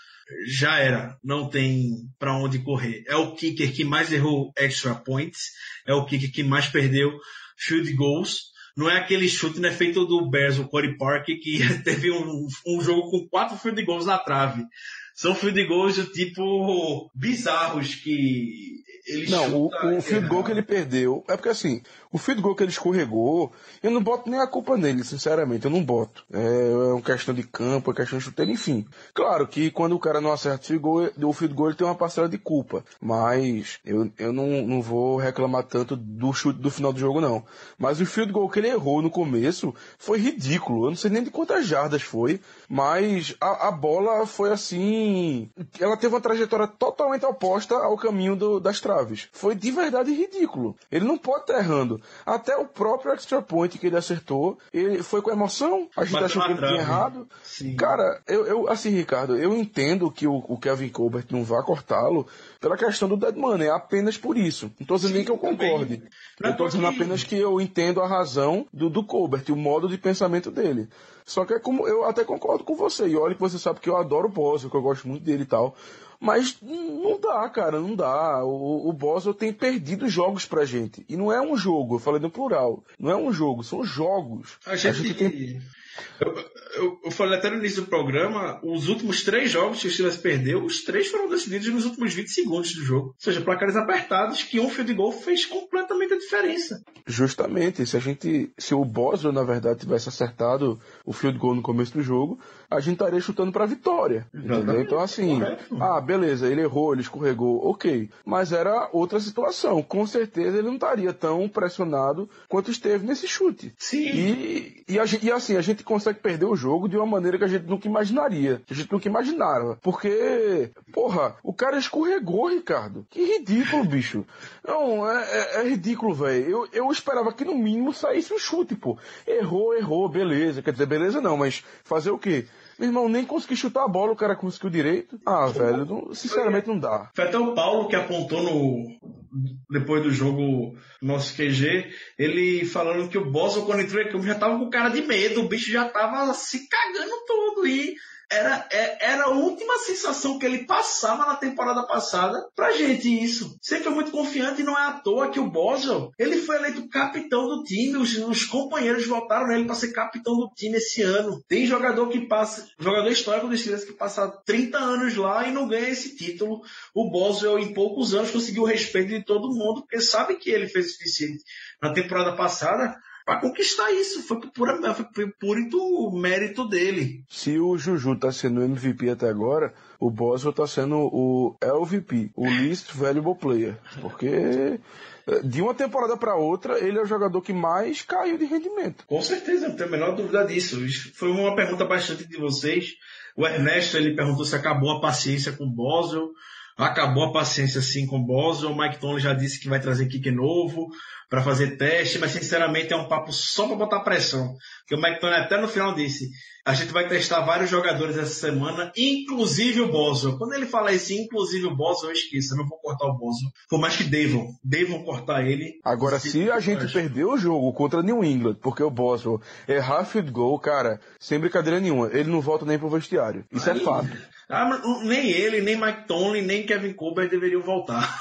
já era, não tem pra onde correr. É o kicker que mais errou extra points, é o kicker que mais perdeu field goals. Não é aquele chute, né, feito do Bears, o Corey Parker, que teve um, um jogo com quatro field goals na trave. São field goals do tipo bizarros que ele Não, chuta o, o field goal que ele perdeu, é porque assim, o field goal que ele escorregou, eu não boto nem a culpa nele, sinceramente, eu não boto. É, é uma questão de campo, é questão de chuteiro, enfim. Claro que quando o cara não acerta o field goal, o field goal ele tem uma parcela de culpa, mas eu, eu não, não vou reclamar tanto do chute do final do jogo, não. Mas o field goal que ele errou no começo foi ridículo, eu não sei nem de quantas jardas foi, mas a, a bola foi assim, ela teve uma trajetória totalmente oposta ao caminho do, das traves. Foi de verdade ridículo. Ele não pode estar errando. Até o próprio extra point que ele acertou, ele foi com emoção. A gente achou que ele tinha errado. Sim. Cara, eu, eu, assim, Ricardo, eu entendo que o, o Kevin Colbert não vá cortá-lo pela questão do dead money, é apenas por isso. Não estou dizendo Sim, nem que eu concorde. Também. Eu estou dizendo apenas que eu entendo a razão do, do Colbert, o modo de pensamento dele. Só que é como eu até concordo com você. E olha que você sabe que eu adoro o Boswell, que eu gosto muito dele e tal. Mas não dá, cara, não dá. O, o Boswell tem perdido jogos pra gente. E não é um jogo, eu falei no plural. Não é um jogo, são jogos. A gente, a gente tem... Eu, eu, eu falei até no início do programa, os últimos três jogos que o Steelers perdeu, os três foram decididos nos últimos vinte segundos do jogo. Ou seja, placares apertados que um field goal fez completamente a diferença. Justamente, se a gente, se o Boswell, na verdade, tivesse acertado o field goal no começo do jogo, a gente estaria chutando pra vitória. Entendeu? Então, assim, ah, beleza, ele errou, ele escorregou, ok. Mas era outra situação. Com certeza ele não estaria tão pressionado quanto esteve nesse chute. Sim. E, e, a, e assim, a gente consegue perder o jogo de uma maneira que a gente nunca imaginaria. Que a gente nunca imaginava. Porque, porra, o cara escorregou, Ricardo. Que ridículo, bicho. Não, é, é, é ridículo, velho. Eu, eu esperava que no mínimo saísse um chute, pô. Errou, errou, beleza. Quer dizer, beleza não, mas fazer o quê? Meu irmão, nem consegui chutar a bola, o cara conseguiu direito. Ah, velho, não, sinceramente não dá. Foi até o Paulo que apontou no depois do jogo nosso Q G, ele falando que o Boswell, quando entrou em campo, já tava com cara de medo, o bicho já tava se cagando todo e era, era a última sensação que ele passava na temporada passada pra gente isso. Sempre foi muito confiante e não é à toa que o Boswell, ele foi eleito capitão do time, os, os companheiros votaram nele para ser capitão do time esse ano. Tem jogador que passa, jogador histórico dos Steelers que passa trinta anos lá e não ganha esse título. O Boswell em poucos anos conseguiu o respeito de todo mundo, porque sabe que ele fez o suficiente na temporada passada para conquistar isso. Foi por pura, foi puro mérito dele. Se o Juju tá sendo o M V P até agora, o Boswell tá sendo o L V P, o Least Valuable Player. Porque de uma temporada para outra, ele é o jogador que mais caiu de rendimento. Com certeza, não tenho a menor dúvida disso. Foi uma pergunta bastante de vocês. O Ernesto, ele perguntou se acabou a paciência com o Boswell. Acabou a paciência sim com o Boswell. O Mike Tomlin já disse que vai trazer kicker novo para fazer teste, mas sinceramente é um papo só para botar pressão. Porque o Mike Tomlin até no final disse, a gente vai testar vários jogadores essa semana, inclusive o Boswell. Quando ele fala isso, inclusive o Boswell, eu esqueço, eu não vou cortar o Boswell. Por mais que devam, devam cortar ele. Agora, se a gente perder o jogo contra New England, porque o Boswell errar field goal, cara, sem brincadeira nenhuma, ele não volta nem pro vestiário. Isso Aí, é fato. Ah, nem ele, nem Mike Tomlin, nem Kevin Colbert deveriam voltar.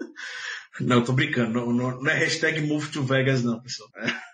Não, tô brincando. Não, não, não é hashtag move to Vegas, não, pessoal.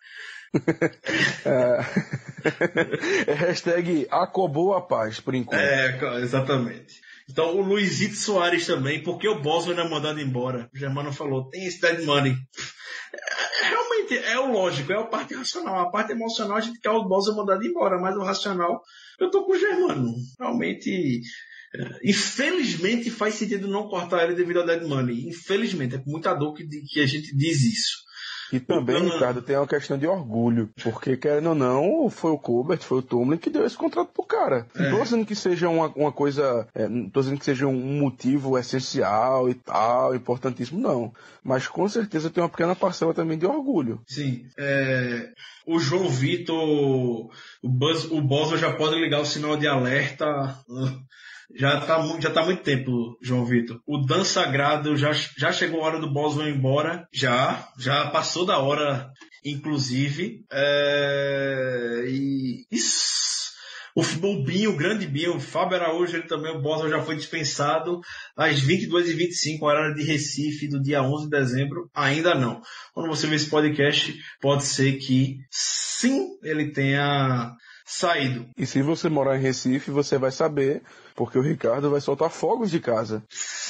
É, é hashtag acabou a paz, por enquanto. É, exatamente. Então, o Luizito Soares também, porque o Boswell não é mandado embora. O Germano falou, tem esse dead money. Realmente, realmente é o lógico, é a parte racional. A parte emocional a gente quer o Boswell mandado embora, mas o racional, eu tô com o Germano. Realmente, infelizmente faz sentido não cortar ele devido ao dead money. Infelizmente, é com muita dor que, que a gente diz isso. E também, Então, Ricardo, tem uma questão de orgulho. Porque, querendo ou não, foi o Colbert, foi o Tomlin que deu esse contrato pro cara. Não tô dizendo que seja uma, uma coisa... É, não tô dizendo que seja um motivo essencial e tal, importantíssimo, não. Mas com certeza tem uma pequena parcela também de orgulho. Sim. É, o João Vitor, o, Buzz, o Boswell já pode ligar o sinal de alerta... Já tá, já tá há muito tempo, João Vitor. O Dan Sagrado, já, já chegou a hora do Boswell ir embora. Já, já passou da hora, inclusive. É, e isso, o, o Binho, o grande Binho, o Fábio Araújo, ele também, o Boswell já foi dispensado às vinte e duas e vinte e cinco, horário de Recife, do dia onze de dezembro. Ainda não. Quando você vê esse podcast, pode ser que sim, ele tenha saído. E se você morar em Recife, você vai saber, porque o Ricardo vai soltar fogos de casa.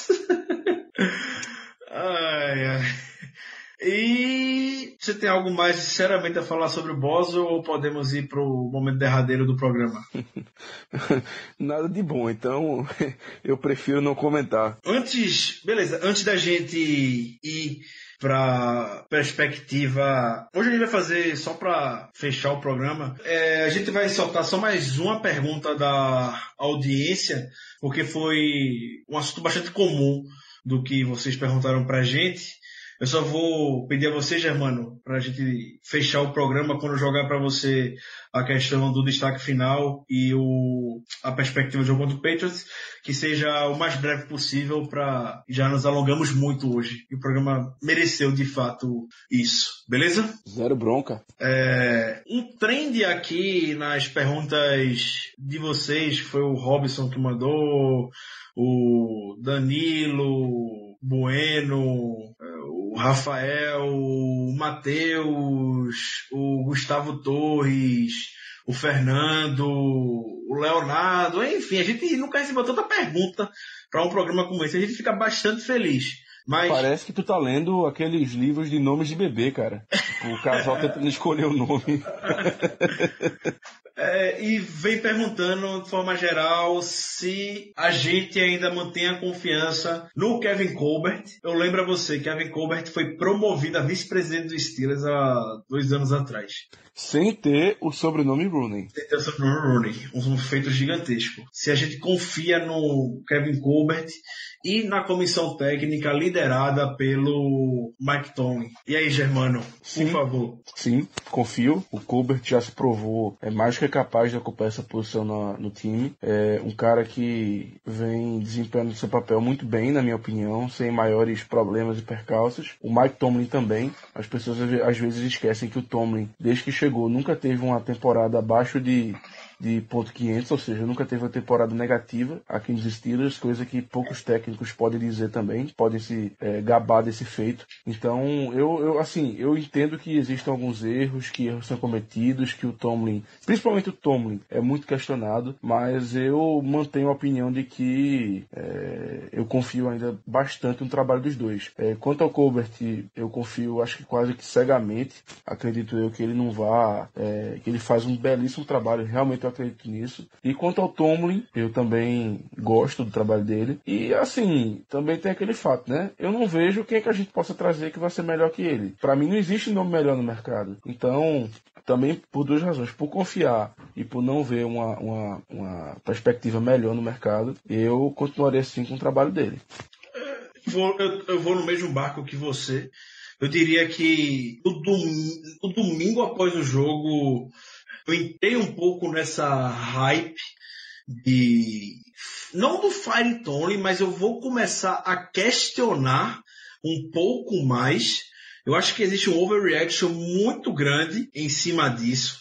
Ai, ai. E você tem algo mais sinceramente a falar sobre o Boswell ou podemos ir para o momento derradeiro do programa? Nada de bom, então eu prefiro não comentar. Antes, beleza, antes da gente ir para perspectiva. Hoje a gente vai fazer, só para fechar o programa, é, a gente vai soltar só mais uma pergunta da audiência, porque foi um assunto bastante comum do que vocês perguntaram para a gente. Eu só vou pedir a você, Germano, para a gente fechar o programa quando eu jogar para você a questão do destaque final e o, a perspectiva do jogo contra o Patriots, que seja o mais breve possível, para já nos alongamos muito hoje. E o programa mereceu, de fato, isso. Beleza? Zero bronca. É, um trend aqui nas perguntas de vocês, foi o Robson que mandou, o Danilo, Bueno, o Rafael, o Matheus, o Gustavo Torres, o Fernando, o Leonardo, enfim, a gente nunca recebeu tanta pergunta para um programa como esse, a gente fica bastante feliz. Mas... Parece que tu tá lendo aqueles livros de nomes de bebê, cara. O casal tentando escolher o nome. É, e vem perguntando, de forma geral, se a gente ainda mantém a confiança no Kevin Colbert. Eu lembro a você, Kevin Colbert foi promovido a vice-presidente dos Steelers há dois anos atrás. Sem ter o sobrenome Rooney. Sem ter o sobrenome Rooney. Um feito gigantesco. Se a gente confia no Kevin Colbert e na comissão técnica liderada pelo Mike Tomlin. E aí, Germano, Sim, por favor. Sim, confio. O Colbert já se provou é mais que capaz de ocupar essa posição na, no time. É um cara que vem desempenhando seu papel muito bem, na minha opinião, sem maiores problemas e percalços. O Mike Tomlin também. As pessoas às vezes esquecem que o Tomlin, desde que chegou, nunca teve uma temporada abaixo de de ponto quinhentos, ou seja, nunca teve uma temporada negativa aqui nos Steelers, coisa que poucos técnicos podem dizer também, podem se é, gabar desse feito. Então, eu, eu, assim, eu entendo que existem alguns erros, que erros são cometidos, que o Tomlin, principalmente o Tomlin, é muito questionado, mas eu mantenho a opinião de que é, eu confio ainda bastante no trabalho dos dois. É, quanto ao Colbert, eu confio, acho que quase que cegamente, acredito eu que ele não vá, é, que ele faz um belíssimo trabalho, realmente eu acredito nisso. E quanto ao Tomlin, eu também gosto do trabalho dele. E assim, também tem aquele fato, né? Eu não vejo quem é que a gente possa trazer que vai ser melhor que ele. Para mim não existe nome melhor no mercado. Então, também por duas razões. Por confiar e por não ver uma, uma, uma perspectiva melhor no mercado, eu continuarei assim com o trabalho dele. Vou, eu, eu vou no mesmo barco que você. Eu diria que o domingo, o domingo após o jogo, eu entrei um pouco nessa hype de, não do Fire Tomlin, mas eu vou começar a questionar um pouco mais. Eu acho que existe um overreaction muito grande em cima disso.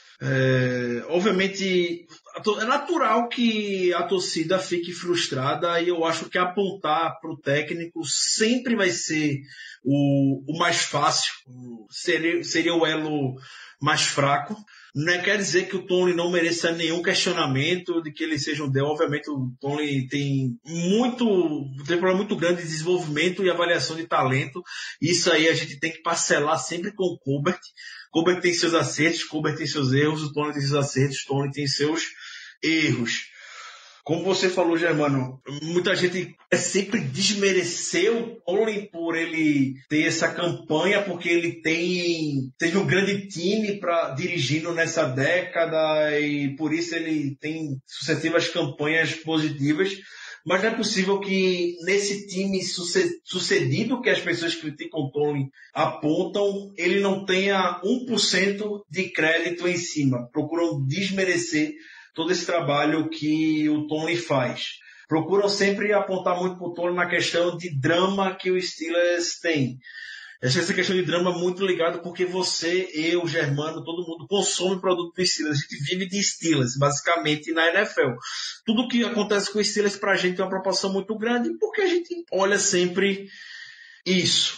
É, obviamente, é natural que a torcida fique frustrada e eu acho que apontar para o técnico sempre vai ser o, o mais fácil, seria, seria o elo mais fraco. Não quer dizer que o Tony não mereça nenhum questionamento de que ele seja um D. Obviamente o Tony tem muito, tem um problema muito grande de desenvolvimento e avaliação de talento. Isso aí a gente tem que parcelar sempre com o Colbert. Colbert tem seus acertos, Colbert tem seus erros, o Tony tem seus acertos, o Tony tem seus erros. Como você falou, Germano, muita gente é sempre desmerecer o Tony por ele ter essa campanha, porque ele tem teve um grande time para dirigindo nessa década e por isso ele tem sucessivas campanhas positivas. Mas não é possível que nesse time sucedido que as pessoas criticam o Tony apontam, ele não tenha um por cento de crédito em cima. Procuram desmerecer todo esse trabalho que o Tony faz. Procuram sempre apontar muito para o Tony na questão de drama que o Steelers tem. Essa questão de drama é muito ligada porque você, eu, Germano, todo mundo consome produto do Steelers. A gente vive de Steelers, basicamente, na N F L. Tudo que acontece com o Steelers pra gente é uma proporção muito grande porque a gente olha sempre isso.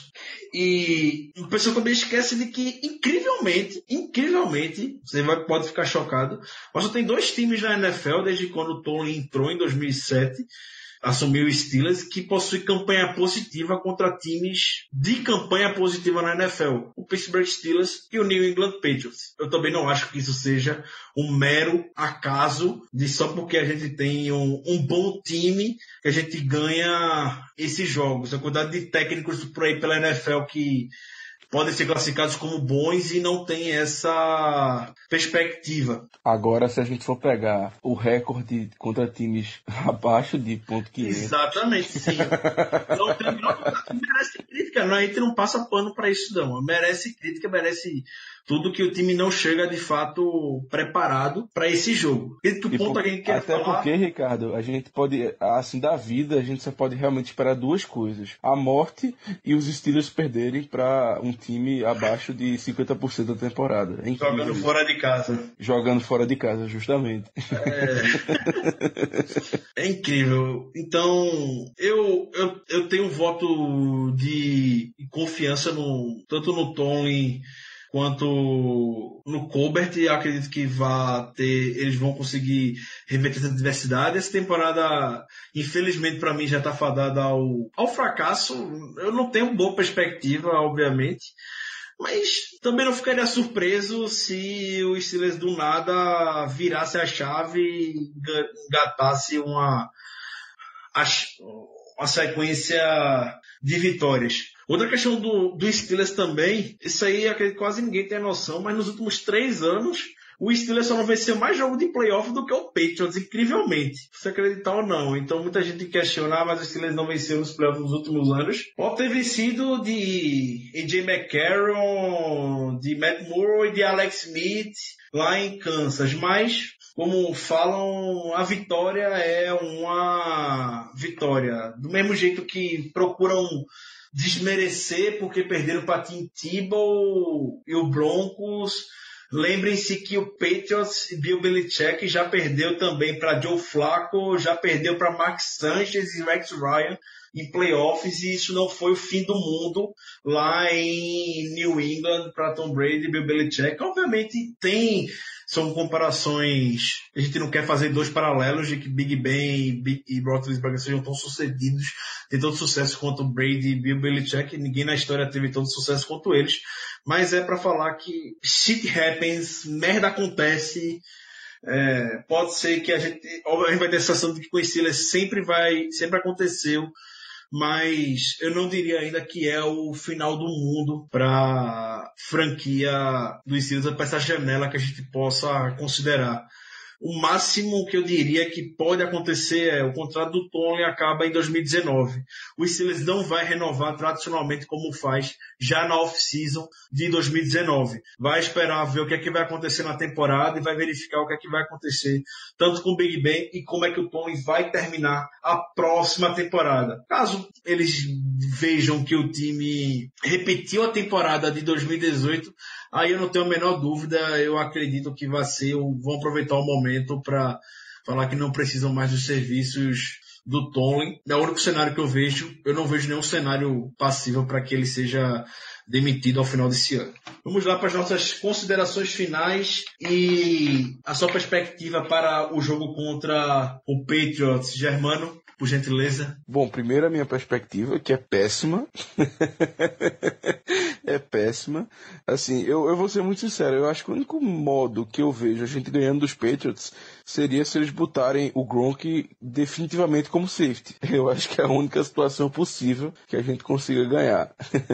E o pessoal também esquece de que, incrivelmente, incrivelmente, você vai, pode ficar chocado, mas só tem dois times na N F L desde quando o Tony entrou em dois mil e sete, assumiu o Steelers, que possui campanha positiva contra times de campanha positiva na N F L. O Pittsburgh Steelers e o New England Patriots. Eu também não acho que isso seja um mero acaso de só porque a gente tem um, um bom time que a gente ganha esses jogos. A quantidade de técnicos por aí pela N F L que podem ser classificados como bons e não tem essa perspectiva. Agora, se a gente for pegar o recorde contra times abaixo de ponto quinhentos... Exatamente, sim. Não, tem, não merece crítica, não, a gente não passa pano para isso não. Merece crítica, merece tudo que o time não chega de fato preparado para esse jogo. E que ponto por, a gente quer até falar... porque, Ricardo, a gente pode, assim, da vida, a gente só pode realmente esperar duas coisas. A morte e os Steelers perderem para um time abaixo de cinquenta por cento da temporada. É Jogando isso. Fora de casa. Jogando fora de casa, justamente. É, é incrível. Então, eu, eu, eu tenho um voto de confiança no, tanto no Tony quanto no Colbert. Acredito que vai ter, eles vão conseguir reverter essa diversidade. Essa temporada, infelizmente, para mim, já está fadada ao, ao fracasso. Eu não tenho boa perspectiva, obviamente. Mas também não ficaria surpreso se o Steelers do nada virasse a chave e engatasse uma, uma sequência de vitórias. Outra questão do, do Steelers também, isso aí acredito que quase ninguém tem noção, mas nos últimos três anos o Steelers só não venceu mais jogo de playoff do que o Patriots, incrivelmente. Se acreditar ou não. Então muita gente questiona, ah, mas o Steelers não venceu nos playoffs nos últimos anos. Pode ter vencido de A J McCarron, de Matt Moore e de Alex Smith lá em Kansas. Mas, como falam, a vitória é uma vitória. Do mesmo jeito que procuram desmerecer porque perderam para Tim Tebow e o Broncos. Lembrem-se que o Patriots e Bill Belichick já perdeu também para Joe Flacco, já perdeu para Mark Sanchez e Rex Ryan em playoffs, e isso não foi o fim do mundo lá em New England para Tom Brady e Bill Belichick. Obviamente tem, são comparações, a gente não quer fazer dois paralelos de que Big Ben e Roethlisberger sejam tão sucedidos, tem tanto sucesso quanto Brady e Bill Belichick, ninguém na história teve tanto sucesso quanto eles, mas é para falar que shit happens, merda acontece. É, pode ser que a gente, a gente vai ter a sensação de que com o Steelers sempre vai, sempre aconteceu, mas eu não diria ainda que é o final do mundo para a franquia do Steelers, para essa janela que a gente possa considerar. O máximo que eu diria que pode acontecer é o contrato do Tony acaba em dois mil e dezenove. O Steelers não vai renovar tradicionalmente como faz já na off-season de dois mil e dezenove. Vai esperar ver o que é que vai acontecer na temporada e vai verificar o que é que vai acontecer tanto com o Big Ben e como é que o Tony vai terminar a próxima temporada. Caso eles vejam que o time repetiu a temporada de dois mil e dezoito, aí eu não tenho a menor dúvida, eu acredito que vai ser, vão aproveitar o momento para falar que não precisam mais dos serviços do Tomlin. É o único cenário que eu vejo. Eu não vejo nenhum cenário passível para que ele seja demitido ao final desse ano. Vamos lá para as nossas considerações finais e a sua perspectiva para o jogo contra o Patriots. Germano, por gentileza. Bom, primeiro a minha perspectiva, que é péssima. É péssima. Assim, eu, eu vou ser muito sincero, eu acho que o único modo que eu vejo a gente ganhando dos Patriots seria se eles botarem o Gronk definitivamente como safety. Eu acho que é a única situação possível que a gente consiga ganhar.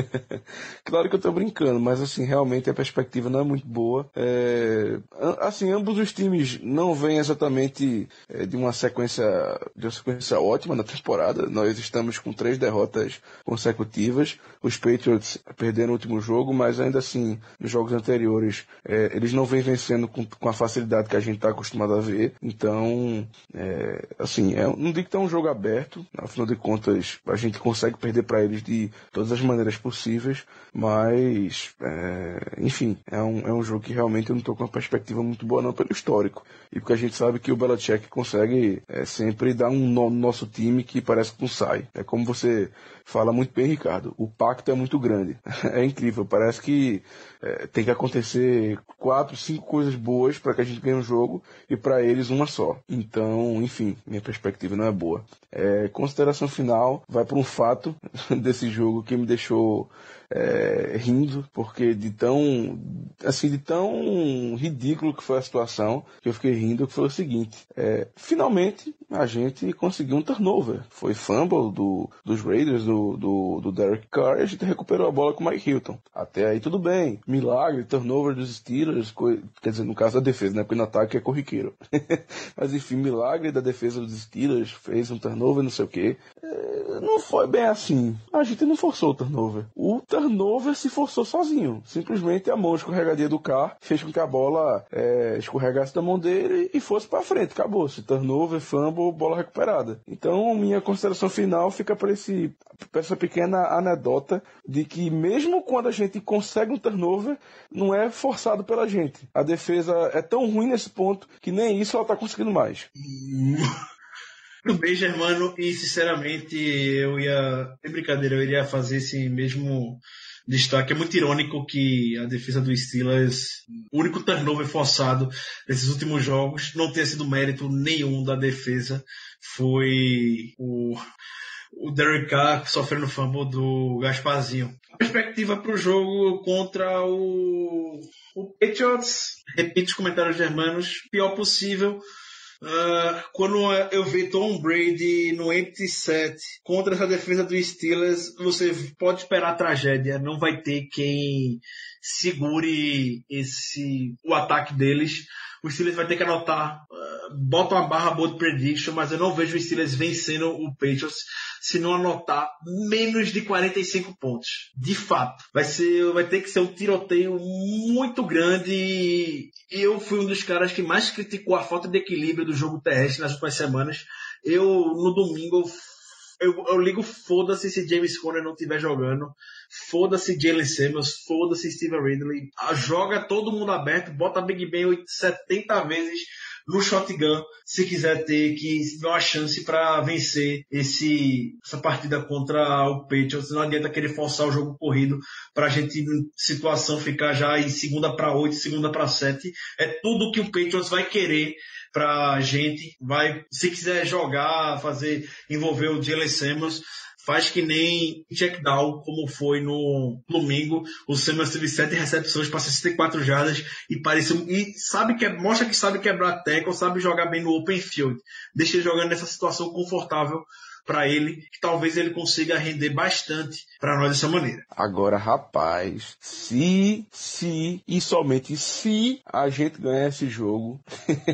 Claro que eu tô brincando, mas assim, realmente a perspectiva não é muito boa. É, assim, ambos os times não vêm exatamente é, de uma sequência de uma sequência ótima na temporada. Nós estamos com três derrotas consecutivas. Os Patriots perderam o último jogo, mas ainda assim, nos jogos anteriores, é, eles não vêm vencendo com, com a facilidade que a gente está acostumado a ver. Então, é, assim, é, não digo que é um jogo aberto, afinal de contas, a gente consegue perder para eles de todas as maneiras possíveis, mas, é, enfim, é um, é um jogo que realmente eu não estou com uma perspectiva muito boa não pelo histórico, e porque a gente sabe que o Belichick consegue é, sempre dar um nó no nosso time que parece que não sai. É como você fala muito bem, Ricardo, o pacto é muito grande. É incrível, parece que é, tem que acontecer quatro, cinco coisas boas para que a gente ganhe um jogo e para eles uma só. Então, enfim, minha perspectiva não é boa. É, consideração final vai para um fato desse jogo que me deixou é, rindo, porque de tão assim, de tão ridículo que foi a situação, que eu fiquei rindo, que foi o seguinte, é, finalmente a gente conseguiu um turnover. Foi fumble do, dos Raiders, do, do, do Derek Carr, e a gente recuperou a bola com o Mike Hilton. Até aí tudo bem. Milagre, turnover dos Steelers, co... quer dizer, no caso da defesa, né? Porque no ataque é corriqueiro. Mas enfim, milagre da defesa dos Steelers, fez um turnover, não sei o quê. É, não foi bem assim. A gente não forçou o turnover. O turnover se forçou sozinho. Simplesmente a mão escorregadia do Carr fez com que a bola é, escorregasse da mão dele e fosse pra frente. Acabou-se. Turnover, fumble, bola recuperada. Então, minha consideração final fica para esse, para essa pequena anedota de que mesmo quando a gente consegue um turnover, não é forçado pela gente. A defesa é tão ruim nesse ponto que nem isso ela tá conseguindo mais. Tudo bem, Germano, e sinceramente eu ia, sem brincadeira, eu iria fazer esse mesmo destaque. É muito irônico que a defesa do Steelers, o único turnover forçado nesses últimos jogos, não tenha sido mérito nenhum da defesa. Foi o, o Derek Carr sofrendo fumble do Gasparzinho. A perspectiva para o jogo contra o, o Patriots, repito os comentários germanos, pior possível. Uh, quando eu vi Tom Brady no empty set contra essa defesa do Steelers, você pode esperar a tragédia. Não vai ter quem segure esse, o ataque deles. O Steelers vai ter que anotar, uh, bota uma barra boa de prediction, mas eu não vejo o Steelers vencendo o Patriots se não anotar menos de quarenta e cinco pontos. De fato, vai ser, vai ter que ser um tiroteio muito grande e eu fui um dos caras que mais criticou a falta de equilíbrio do jogo terrestre nas últimas semanas. Eu, no domingo, eu, eu ligo foda-se se James Conner não estiver jogando, foda-se Jalen Samuels, foda-se Steven Ridley, joga todo mundo aberto, bota Big Ben setenta vezes no shotgun, se quiser ter que se tiver uma chance para vencer esse, essa partida contra o Patriots. Não adianta querer forçar o jogo corrido para a gente, situação, ficar já em segunda para oito, segunda para sete. É tudo que o Patriots vai querer pra gente. Vai, se quiser jogar, fazer, envolver o Jalen Samuels, faz que nem check down, como foi no domingo. O Samuels teve sete recepções para sessenta e quatro jardas e pareceu, e sabe que mostra que sabe quebrar tackle, sabe jogar bem no open field. Deixa ele jogando nessa situação confortável para ele, que talvez ele consiga render bastante para nós dessa maneira. Agora, rapaz, se, se e somente se a gente ganhar esse jogo,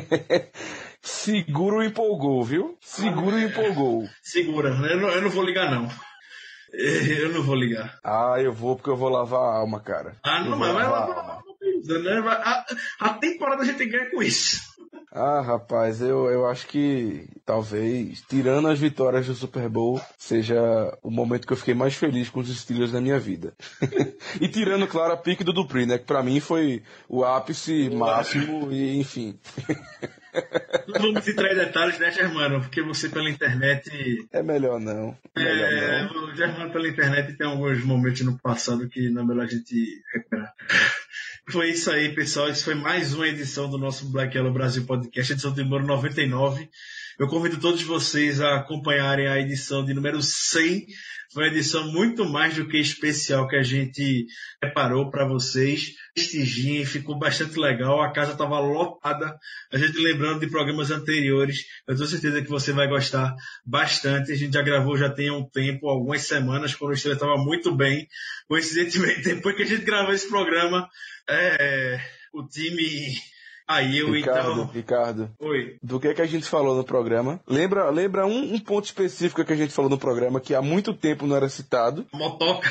segura o empolgou, viu? Segura o empolgou. Segura, eu não, eu não vou ligar não. Eu não vou ligar. Ah, eu vou porque eu vou lavar a alma, cara. Ah, não, mas vai lavar a, a temporada a gente ganha com isso. Ah, rapaz, eu, eu acho que talvez, tirando as vitórias do Super Bowl, seja o momento que eu fiquei mais feliz com os Steelers da minha vida. E tirando, claro, a pique do Dupree, né? Que pra mim foi o ápice máximo e, enfim. vamos entrar em detalhes, né, Germano? Porque você pela internet... É melhor não. É, melhor é não. O Germano pela internet tem alguns momentos no passado que não é melhor a gente recuperar. Foi isso aí, pessoal. Isso foi mais uma edição do nosso Black Yellow Brasil Podcast, edição de número noventa e nove. Eu convido todos vocês a acompanharem a edição de número cem. Foi uma edição muito mais do que especial que a gente preparou para vocês. Prestigiem, ficou bastante legal. A casa estava lotada. A gente lembrando de programas anteriores. Eu tenho certeza que você vai gostar bastante. A gente já gravou já tem um tempo, algumas semanas, quando o Estrela estava muito bem. Coincidentemente, depois que a gente gravou esse programa, é, o time... Aí eu, Ricardo, então... Ricardo, Oi. Do que é que a gente falou no programa? Lembra, lembra um, um ponto específico que a gente falou no programa que há muito tempo não era citado? Motoca.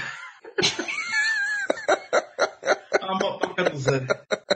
A motoca do Zé.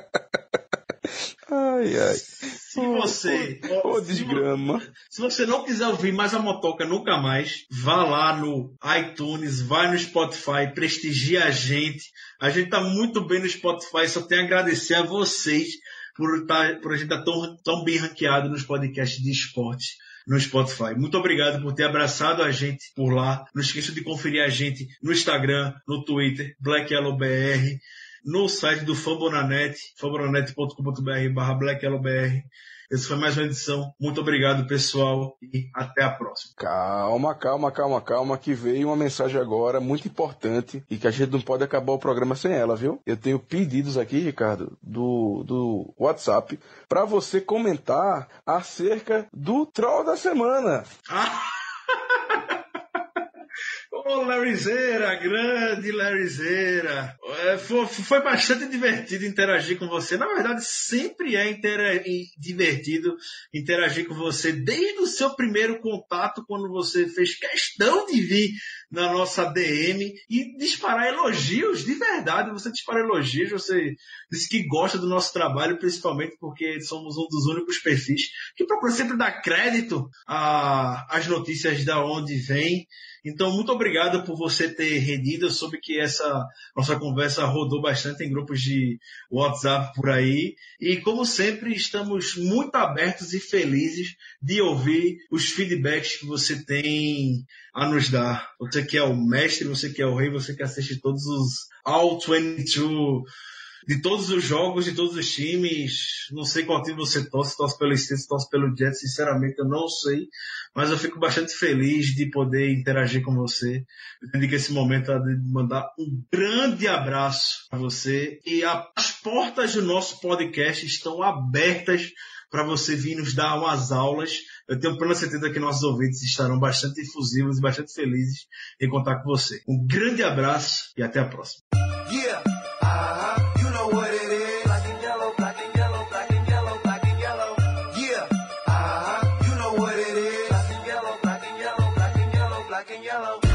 Ai, ai. Se você... Ô, ó, desgrama. Se você não quiser ouvir mais a motoca nunca mais, vá lá no iTunes, vai no Spotify, prestigia a gente. A gente tá muito bem no Spotify, só tenho a agradecer a vocês por, tá, por a gente estar tão, tão bem ranqueado nos podcasts de esporte no Spotify. Muito obrigado por ter abraçado a gente por lá. Não esqueça de conferir a gente no Instagram, no Twitter, Black Yellow B R, no site do Fambonanet, fambonanet ponto com ponto b r barra Black Yellow B R. Essa foi mais uma edição. Muito obrigado, pessoal, e até a próxima. Calma, calma, calma, calma, que veio uma mensagem agora muito importante e que a gente não pode acabar o programa sem ela, viu? Eu tenho pedidos aqui, Ricardo, do, do WhatsApp, para você comentar acerca do Troll da Semana. Ah! Ô, Larryzeira, grande Larryzeira. É, foi, foi bastante divertido interagir com você. Na verdade, sempre é intera- divertido interagir com você desde o seu primeiro contato, quando você fez questão de vir na nossa D M e disparar elogios, de verdade. Você dispara elogios, você disse que gosta do nosso trabalho, principalmente porque somos um dos únicos perfis que procura sempre dar crédito às notícias da onde vem. Então, muito obrigado por você ter redido. Eu soube que essa nossa conversa rodou bastante em grupos de WhatsApp por aí. E, como sempre, estamos muito abertos e felizes de ouvir os feedbacks que você tem a nos dar. Você que é o mestre, você que é o rei, você que assiste todos os All vinte e dois... de todos os jogos, de todos os times. Não sei qual time você torce, torce pelo Steelers, torce pelo Jets, sinceramente eu não sei, mas eu fico bastante feliz de poder interagir com você. Eu dedico esse momento a mandar um grande abraço a você, e as portas do nosso podcast estão abertas para você vir nos dar umas aulas. Eu tenho plena certeza que nossos ouvintes estarão bastante efusivos e bastante felizes em contar com você. Um grande abraço e até a próxima. Yeah. What it is, black and yellow, black and yellow, black and yellow, black and yellow. Yeah, uh-huh. You know what it is, black and yellow, black and yellow, black and yellow, black and yellow.